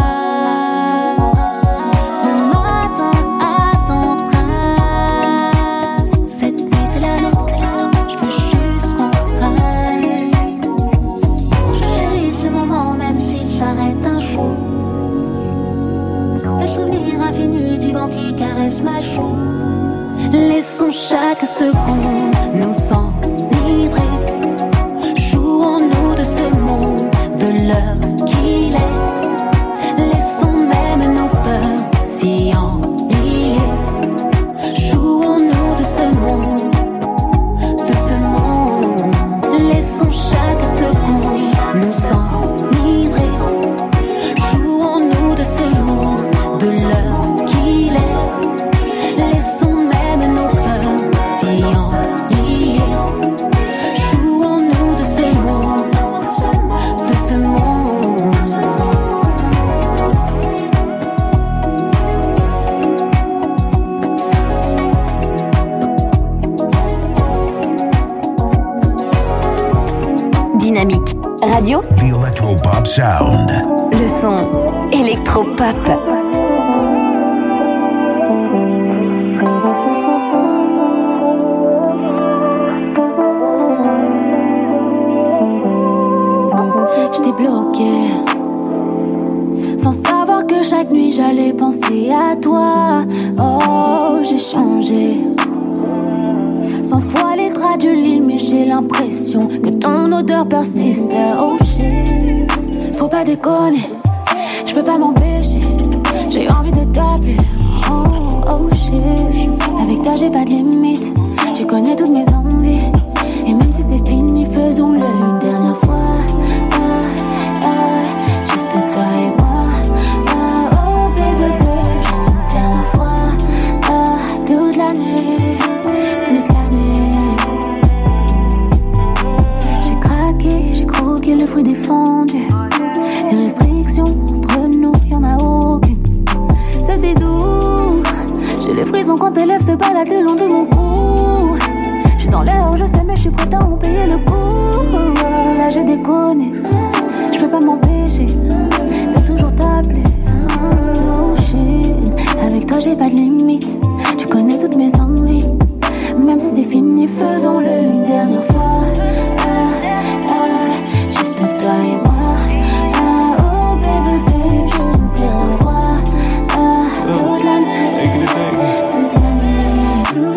Le matin attendra. Cette nuit c'est la nôtre, je veux juste qu'on ride. Je chéris ce moment même s'il s'arrête un jour. Le souvenir infini du vent qui caresse ma joue. Laissons chaque seconde nous s'enivrer. Jouons-nous de ce monde, de l'heure qu'il est. Laissons même nos peurs s'y enlier. Jouons-nous de ce monde, de ce monde. Laissons chaque seconde nous s'enivrer. Jouons-nous de ce monde, de l'heure qu'il est. Laissons même nos peurs s'y enlier. Jouons-nous de ce monde, de ce monde. Dynamique Radio, The Electropop Sound. le son électropop. J'étais bloquée, sans savoir que chaque nuit j'allais penser à toi. Oh, j'ai changé, 100 fois les draps du lit, mais j'ai l'impression que ton odeur persiste. Oh shit, faut pas déconner, je peux pas m'empêcher, j'ai envie de t'appeler. Oh, oh shit, avec toi j'ai pas de limite, tu connais toutes mes envies. Et même si c'est fini, faisons-le une dernière fois. Juste toi et moi. Oh baby, baby, juste une dernière fois. Toute la nuit, toute la nuit. J'ai craqué, j'ai croqué le fruit défendu. Les restrictions entre nous, y'en a aucune. C'est si doux, j'ai les frissons quand tes lèvres se baladent le long de mon cou. J'suis dans l'air, je sais, mais j'suis prête à en payer le coup. Là j'ai déconné, j'peux pas m'empêcher de toujours t'appeler. Oh shit, avec toi j'ai pas de limite, tu connais toutes mes envies. Même si c'est fini, faisons-le une dernière fois. Juste toi et moi. Oh baby, baby, juste une dernière fois. Toute la nuit, toute la nuit.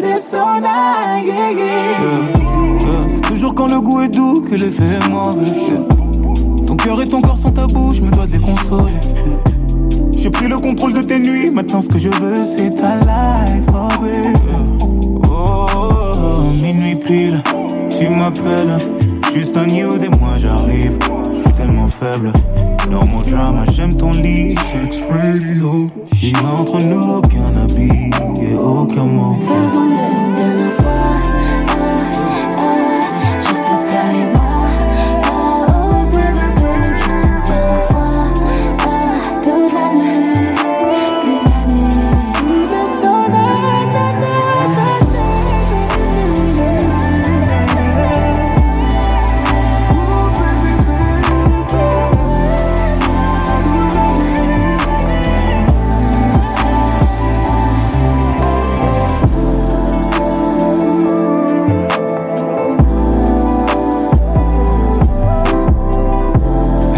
C'est toujours quand le goût est doux que l'effet est mauvais. Ton cœur et ton corps sont tabous, je me dois de les consoler. J'ai pris le contrôle de tes nuits, maintenant ce que je veux c'est ta life, oh baby. Oh, minuit pile, tu m'appelles. Juste un nude et moi j'arrive, je suis tellement faible. No more drama, j'aime ton lit, sex radio. Il y a entre nous aucun habit et aucun mot. Faisons-le une dernière fois. Juste toi et moi. Oh baby, baby, juste une dernière fois. Toute la nuit, toute la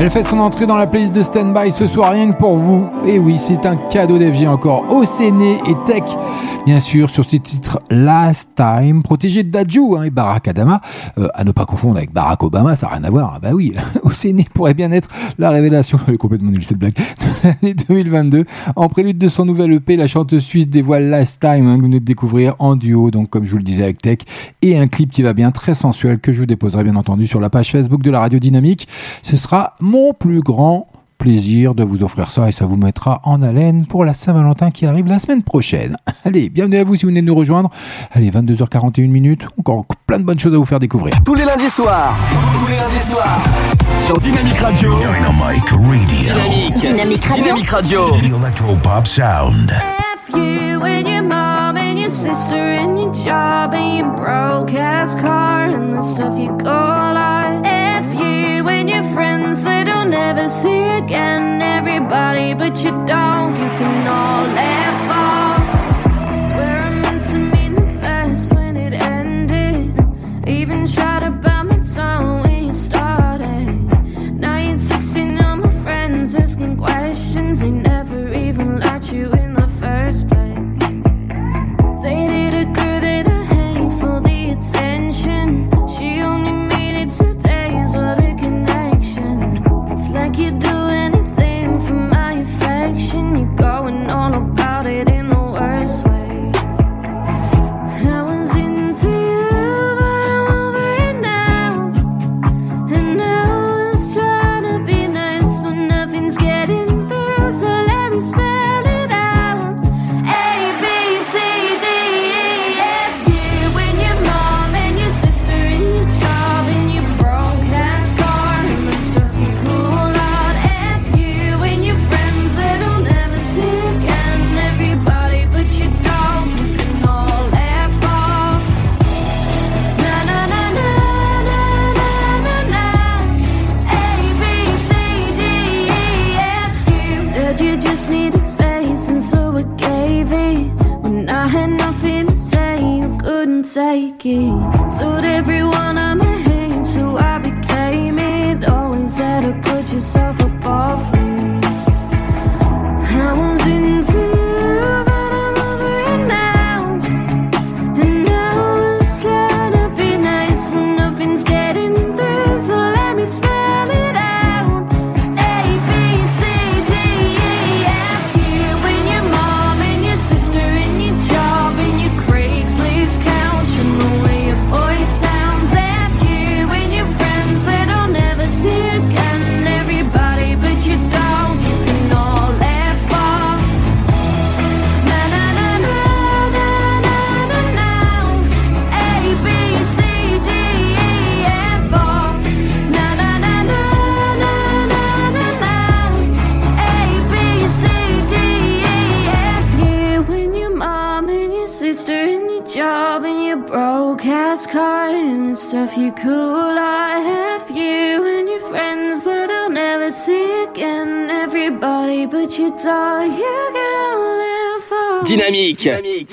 Elle fait son entrée dans la playlist de Stand-By ce soir rien que pour vous. Et oui, c'est un cadeau d'FG encore. Ocené et Tech, bien sûr, sur ce titre Last Time, protégé de Dadju et Barack Adama. À ne pas confondre avec Barack Obama, ça n'a rien à voir. Bah oui, Ocené pourrait bien être la révélation, elle est complètement nulle cette blague, de l'année 2022. En prélude de son nouvel EP, la chanteuse suisse dévoile Last Time, que vous venez de découvrir en duo, donc comme je vous le disais avec Tech, et un clip qui va bien, très sensuel, que je vous déposerai bien entendu sur la page Facebook de la Radio Dynamique. Ce sera mon plus grand plaisir de vous offrir ça et ça vous mettra en haleine pour la Saint-Valentin qui arrive la semaine prochaine. Allez, bienvenue à vous si vous venez de nous rejoindre. Allez, 22h41 minutes, encore plein de bonnes choses à vous faire découvrir. Tous les lundis soirs, sur Dynamique Radio. Dynamique Radio. The Electropop Sound. F you and your mom and your sister and your job and your broke ass car and the stuff you go like. F you and your friends that you'll never see again. Everybody but you don't, you can all laugh off. Swear I meant to mean the best when it ended. Even tried to bite my tongue when you started. Now you're texting all my friends asking questions. They never even liked you in the first place. Dated a girl that I hate for the attention. She only made it 2 days, what a connection. It's like you'd do anything for my affection. You're going all about it in the worst ways. I was into you, but I'm over it now. And I was trying to be nice, but nothing's getting through. So let me spell it out. A, B, C, D, E, F, you and your mom and your sister and your job and your broke ass car and the stuff you cool out. F, you and your friends that I'll never see again. Everybody but you don't, you can all laugh off. Na na na na na na na na. A, B, C, D, E, F, you said you just needed space and so I gave it. When I had nothing to say, you couldn't take it. Told everyone I'm a hate, so I became it. Always had to put yourself above me. I was into you, but I'm over it now. And I was trying to be nice when nothing's getting through. So let me spell it out. A, B, C, D, E, F, you and your mom and your sister and your job and your Craigslist couch and the way your voice sounds. F, you and your friends that I'll never see again. Everybody but you don't, you can all laugh off. Na na na na na na na na. A, B, C, D, E, F off. Na na na na na na na na. A, B, C, D, E, F. You and your mom and your sister and your job and your broke ass car and the stuff you cool. I have you and your friends that I'll never see again. Everybody but you don't, you can all live for. Dynamique.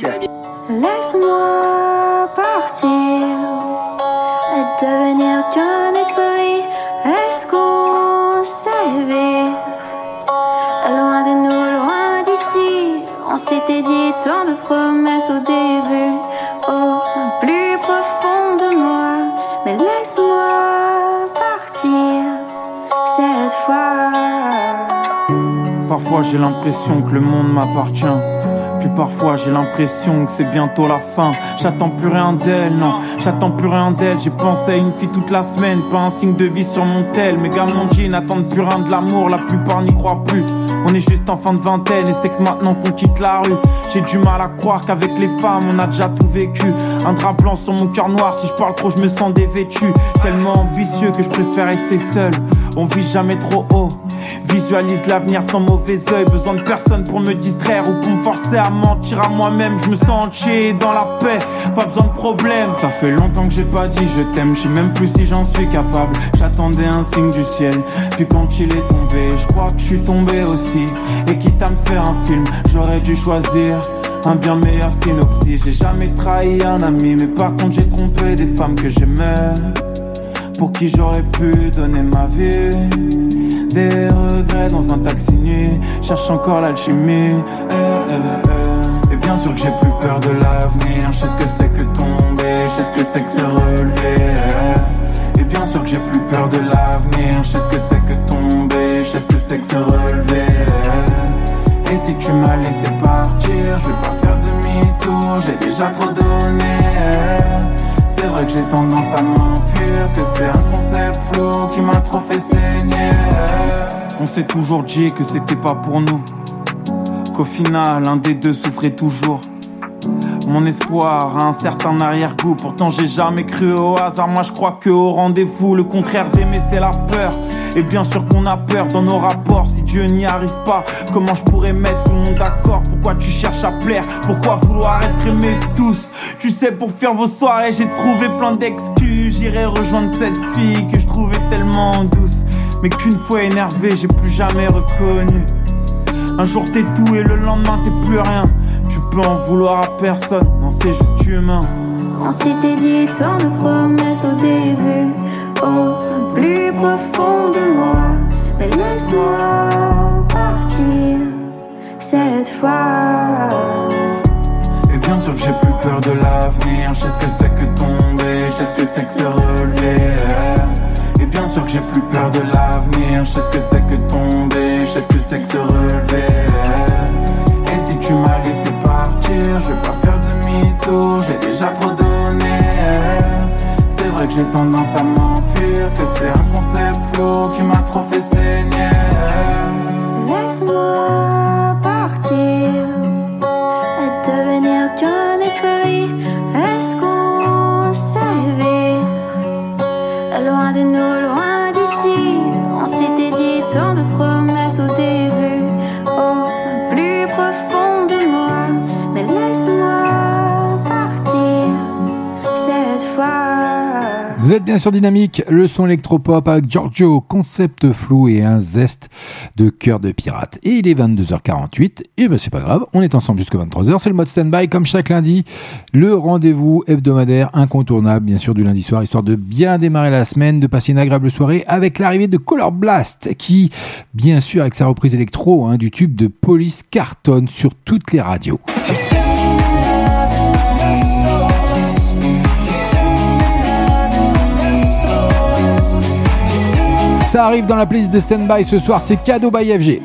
Laisse-moi partir et devenir qu'un esprit. Est-ce qu'on s'éveille loin de nous, loin d'ici? On s'était dit tant de promesses au début, au plus profond de moi. Mais laisse-moi partir cette fois. Parfois j'ai l'impression que le monde m'appartient. Puis parfois j'ai l'impression que c'est bientôt la fin. J'attends plus rien d'elle, non, j'attends plus rien d'elle. J'ai pensé à une fille toute la semaine, pas un signe de vie sur mon tel. Mes gars m'ont dit n'attendent plus rien de l'amour, la plupart n'y croient plus. On est juste en fin de vingtaine et c'est que maintenant qu'on quitte la rue. J'ai du mal à croire qu'avec les femmes on a déjà tout vécu. Un drap blanc sur mon cœur noir, si je parle trop je me sens dévêtu. Tellement ambitieux que je préfère rester seul. On vit jamais trop haut, visualise l'avenir sans mauvais œil. Besoin de personne pour me distraire ou pour me forcer à mentir à moi-même. Je me sens entier dans la paix, pas besoin de problème. Ça fait longtemps que j'ai pas dit je t'aime, je sais même plus si j'en suis capable. J'attendais un signe du ciel, puis quand il est tombé, je crois que je suis tombé aussi. Et quitte à me faire un film, j'aurais dû choisir un bien meilleur synopsis. J'ai jamais trahi un ami, mais par contre j'ai trompé des femmes que j'aimais, pour qui j'aurais pu donner ma vie. Des regrets dans un taxi nuit, cherche encore l'alchimie. Et bien sûr que j'ai plus peur de l'avenir. Je sais ce que c'est que tomber, je sais ce que c'est que se relever. Et bien sûr que j'ai plus peur de l'avenir. Je sais ce que c'est que tomber, je sais ce que c'est que se relever. Et si tu m'as laissé partir, je vais pas faire demi-tour, j'ai déjà trop donné. C'est vrai que j'ai tendance à m'enfuir, que c'est un concept flou qui m'a trop fait saigner. On s'est toujours dit que c'était pas pour nous, qu'au final un des deux souffrait toujours. Mon espoir a un certain arrière-goût, pourtant j'ai jamais cru au hasard. Moi je crois que au rendez-vous, le contraire d'aimer c'est la peur. Et bien sûr qu'on a peur dans nos rapports. Si Dieu n'y arrive pas, comment je pourrais mettre tout le monde d'accord? Pourquoi tu cherches à plaire? Pourquoi vouloir être aimé de tous? Tu sais, pour faire vos soirées, j'ai trouvé plein d'excuses. J'irai rejoindre cette fille que je trouvais tellement douce, mais qu'une fois énervé, j'ai plus jamais reconnu. Un jour t'es tout et le lendemain t'es plus rien. Tu peux en vouloir à personne, non c'est juste humain. On s'était dit tant de promesses au début, au plus profond de moi. Mais laisse-moi partir cette fois. Et bien sûr que j'ai plus peur de l'avenir. Je sais ce que c'est que tomber, je sais ce que c'est que se relever. Et bien sûr que j'ai plus peur de l'avenir. Je sais ce que c'est que tomber, je sais ce que c'est que se relever. Et si tu m'as laissé partir, je vais pas faire demi-tour, j'ai déjà trop donné. C'est vrai que j'ai tendance à m'enfuir, que c'est un concept flou qui m'a trop fait saigner. Laisse-moi partir et devenir qu'un esprit. Est-ce qu'on s'éveille loin de nous, loin d'ici? On s'était dit tant de promesses au début, au plus profond de moi. Mais laisse-moi partir cette fois. Vous êtes bien sur Dynamique, le son électropop avec Giorgio, concept flou et un zeste de cœur de pirate. Et il est 22h48, et ben c'est pas grave, on est ensemble jusqu'à 23h, c'est le mode stand-by comme chaque lundi, le rendez-vous hebdomadaire incontournable bien sûr du lundi soir, histoire de bien démarrer la semaine, de passer une agréable soirée avec l'arrivée de Color Blast, qui bien sûr avec sa reprise électro du tube de Police cartonne sur toutes les radios. Ça arrive dans la playlist de Stand-By ce soir, c'est cadeau by FG.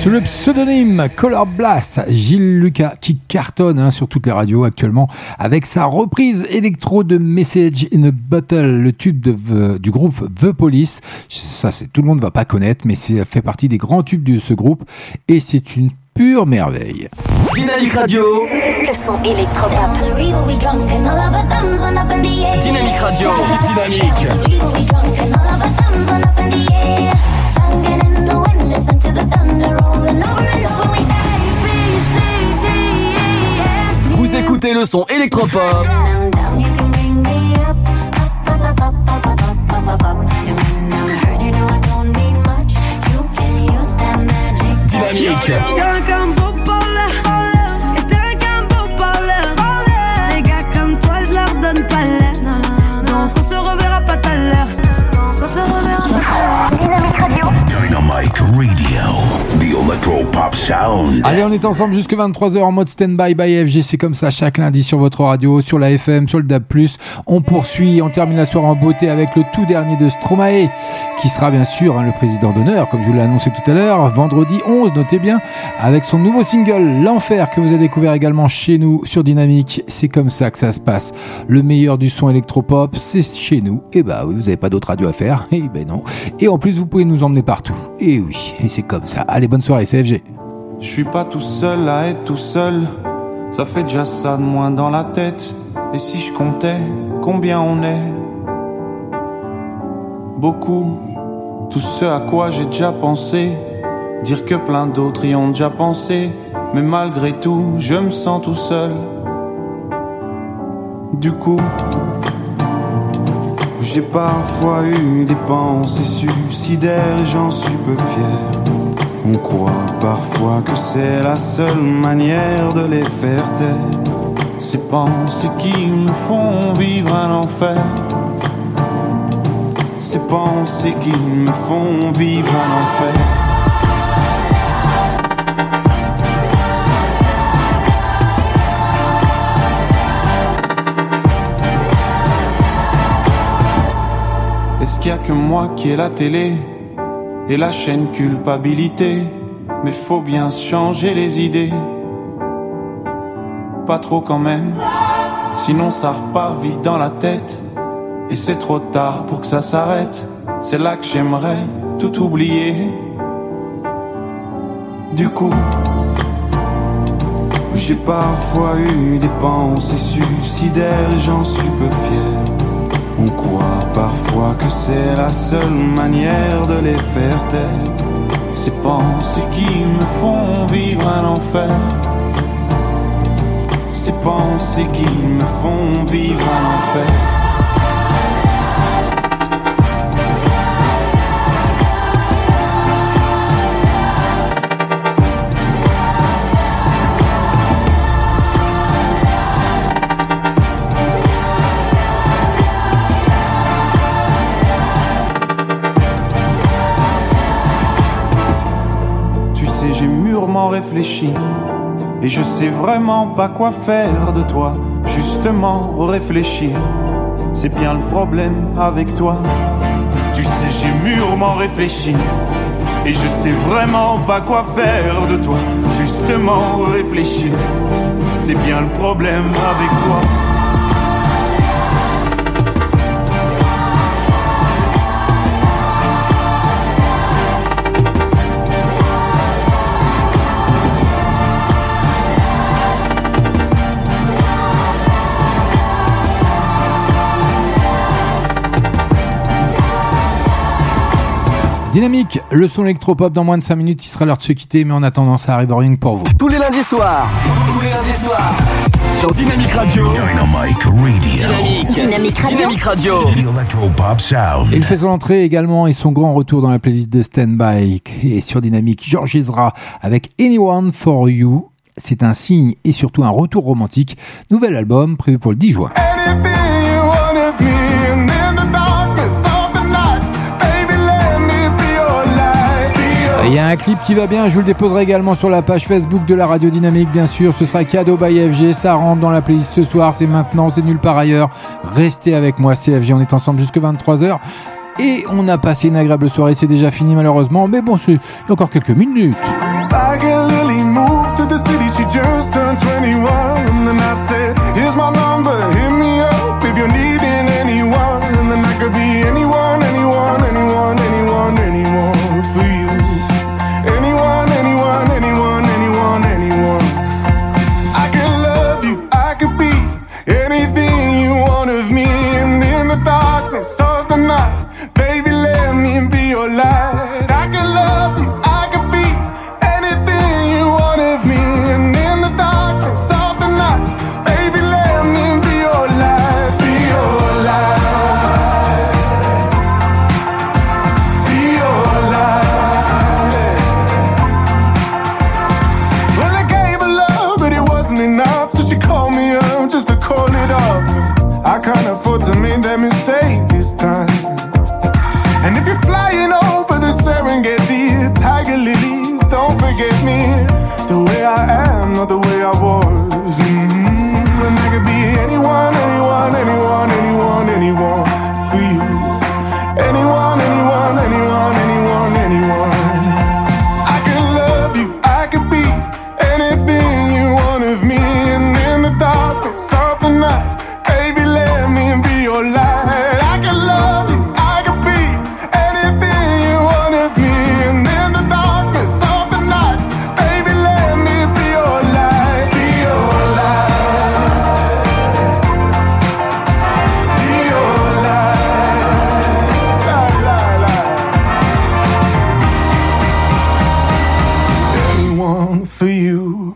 Sous le pseudonyme Color Blast, Gilles Lucas qui cartonne sur toutes les radios actuellement avec sa reprise électro de Message in a Bottle, le tube du groupe The Police. Ça, tout le monde ne va pas connaître, mais ça fait partie des grands tubes de ce groupe et c'est une pure merveille. Dynamique Radio. Le son électropop. Dynamique Radio. Dynamique. Vous écoutez le son électropop. Dynamique. Les gars comme toi, je leur donne pas l'air. Donc on se reverra pas tout à l'heure. Dynamique Radio. Dynamique Radio. The Electro Pop Sound. Allez, on est ensemble jusque 23h en mode stand-by by FG. C'est comme ça chaque lundi sur votre radio, sur la FM, sur le DAB+. On poursuit, on termine la soirée en beauté avec le tout dernier de Stromae, qui sera bien sûr le président d'honneur, comme je vous l'ai annoncé tout à l'heure, vendredi 11, notez bien, avec son nouveau single, L'Enfer, que vous avez découvert également chez nous sur Dynamique. C'est comme ça que ça se passe. Le meilleur du son électropop, c'est chez nous. Et bah oui, vous n'avez pas d'autre radio à faire. Et ben non. Et en plus, vous pouvez nous emmener partout. Et oui, et c'est comme ça. Allez, bonne soirée, CFG. Je suis pas tout seul à être tout seul. Ça fait déjà ça de moins dans la tête. Et si je comptais combien on est? Beaucoup. Tout ce à quoi j'ai déjà pensé. Dire que plein d'autres y ont déjà pensé. Mais malgré tout, je me sens tout seul. Du coup, j'ai parfois eu des pensées suicidaires et j'en suis peu fier. On croit parfois que c'est la seule manière de les faire taire. Ces pensées qui me font vivre un enfer. Ces pensées qui me font vivre un enfer. Est-ce qu'il y a que moi qui ai la télé et la chaîne culpabilité? Mais faut bien se changer les idées. Pas trop quand même, sinon ça repart vite dans la tête. Et c'est trop tard pour que ça s'arrête. C'est là que j'aimerais tout oublier. Du coup, j'ai parfois eu des pensées suicidaires et j'en suis peu fier. On croit parfois que c'est la seule manière de les faire taire. Ces pensées qui me font vivre un enfer. Ces pensées qui me font vivre un enfer. J'ai mûrement réfléchi et je sais vraiment pas quoi faire de toi. Justement réfléchir, c'est bien le problème avec toi. Tu sais, j'ai mûrement réfléchi et je sais vraiment pas quoi faire de toi. Justement réfléchir, c'est bien le problème avec toi. Dynamique, le son électropop dans moins de 5 minutes, il sera l'heure de se quitter, mais en attendant, ça arrive rien que pour vous. Tous les lundis soirs, sur Dynamique Radio. Dynamique Radio. The Electro Pop Sound. Et il fait son entrée également et son grand retour dans la playlist de Stand-By. Et sur Dynamique, Georges Ezra avec Anyone for You. C'est un signe et surtout un retour romantique. Nouvel album prévu pour le 10 juin. Il y a un clip qui va bien, je vous le déposerai également sur la page Facebook de la Radio Dynamique, bien sûr. Ce sera cadeau by FG, ça rentre dans la playlist ce soir, c'est maintenant, c'est nulle part ailleurs. Restez avec moi, CFG, on est ensemble jusque 23h. et on a passé une agréable soirée. C'est déjà fini malheureusement, mais bon, il y a encore quelques minutes. Tiger Lily moved to the city, she just turned 21. And then I said, here's my number, hit me up if you're needing anyone. And then I could be anyone, anyone, anyone, anyone, anyone for you. Anyone, anyone, anyone, anyone, anyone. I could love you, I could be anything you want of me. And in the darkness of the night, baby, let me be your light. I could love you, I could be anything you want of me. And in the darkness of the night, baby, let me be your light, be your light, be your light. Well, I gave her love, but it wasn't enough, so she called me up just to call it off. I can't afford to make that mistake this time. And if you're flying over the Serengeti, Tiger Lily, don't forget me. The way I am, not the way I was. And I could be anyone, anyone, anyone, anyone, anyone for you. Anyone, anyone, anyone, anyone, anyone. I could love you, I could be anything you want of me. And in the darkness of the night, baby, let me be your light. I could love you, I could be anything you want of me. And in the darkness of the night, baby, let me be your light, be your light, be your light, la, la, la. Anyone for you.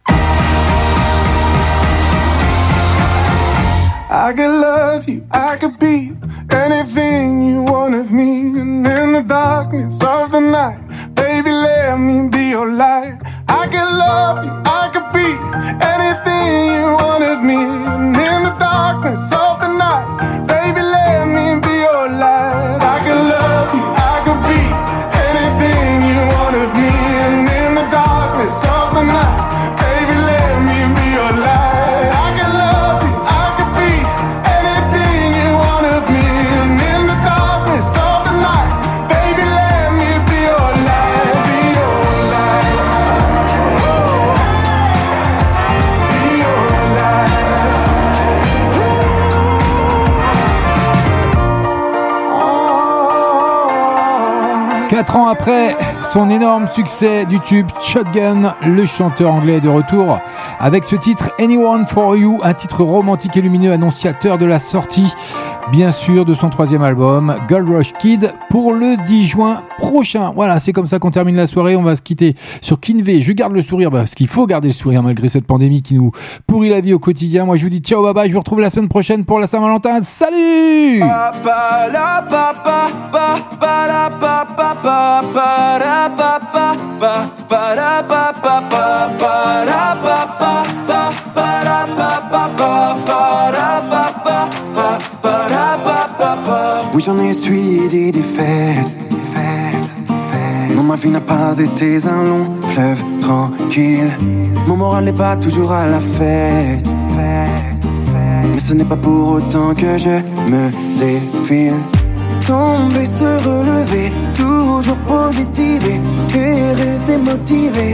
I could love you, I could be anything you want of me. And in the darkness of the night, baby, let me be your light. I could love you, I could be anything you want of me. And in the darkness of the night, baby, let me be your light. I could love you, I could be anything you want of me. And in the darkness of the night, baby, let me be your light. I could love you, I could be anything you want of me. And in the darkness of the night, baby, let me be your light, be your light, be your light. 4 ans après son énorme succès du tube Shotgun, le chanteur anglais est de retour avec ce titre Anyone for You, un titre romantique et lumineux annonciateur de la sortie, bien sûr, de son 3e album Gold Rush Kid pour le 10 juin prochain. Voilà, c'est comme ça qu'on termine la soirée. On va se quitter sur Kinvey. Je garde le sourire parce qu'il faut garder le sourire malgré cette pandémie qui nous pourrit la vie au quotidien. Moi, je vous dis ciao, bye bye. Je vous retrouve la semaine prochaine pour la Saint-Valentin. Salut! Oui, j'en ai essuyé des défaites. Non, ma vie n'a pas été un long fleuve tranquille. Mon moral n'est pas toujours à la fête. Mais ce n'est pas pour autant que je me défile. Tomber, se relever, toujours positiver et rester motivé.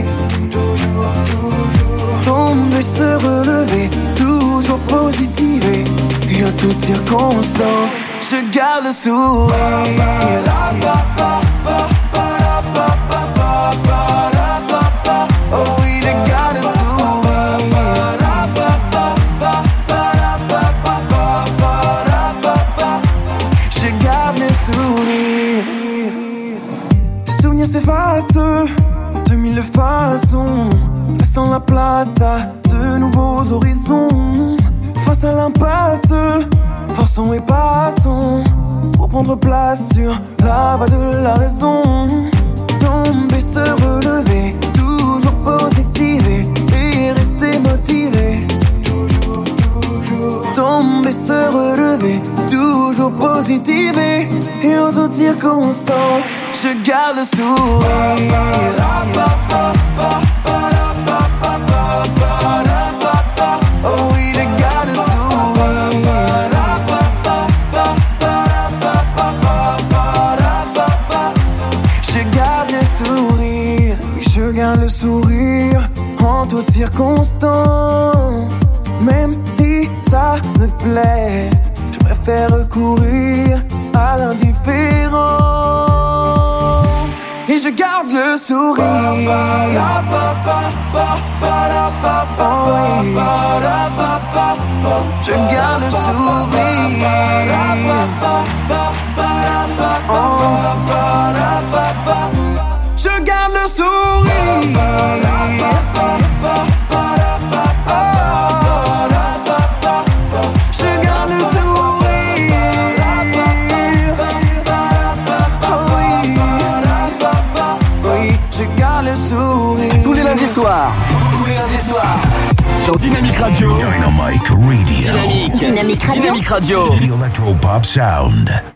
Tomber, se relever, toujours positiver. Et en toutes circonstances, je garde le sourire. Oh oui, je garde le sourire. Je garde le sourire. Les souvenirs s'effacent de mille façons, laissant la place à de nouveaux horizons. Face à l'impasse, forçons et passons pour prendre place sur la voie de la raison. Tomber, se relever, toujours positiver et rester motivé. Tomber, se relever, toujours positiver et en toutes circonstances, je garde le sourire. Oh oui, je garde le sourire. le sourire en toutes circonstances. Même si ça me blesse, je préfère recourir à l'indifférence. Et je garde le sourire. Oh oui. Je garde le sourire. Je garde le sourire. Tous les lundis soirs. Sur Dynamic Radio. Dynamic Radio. Dynamic Radio. The Electropop Sound.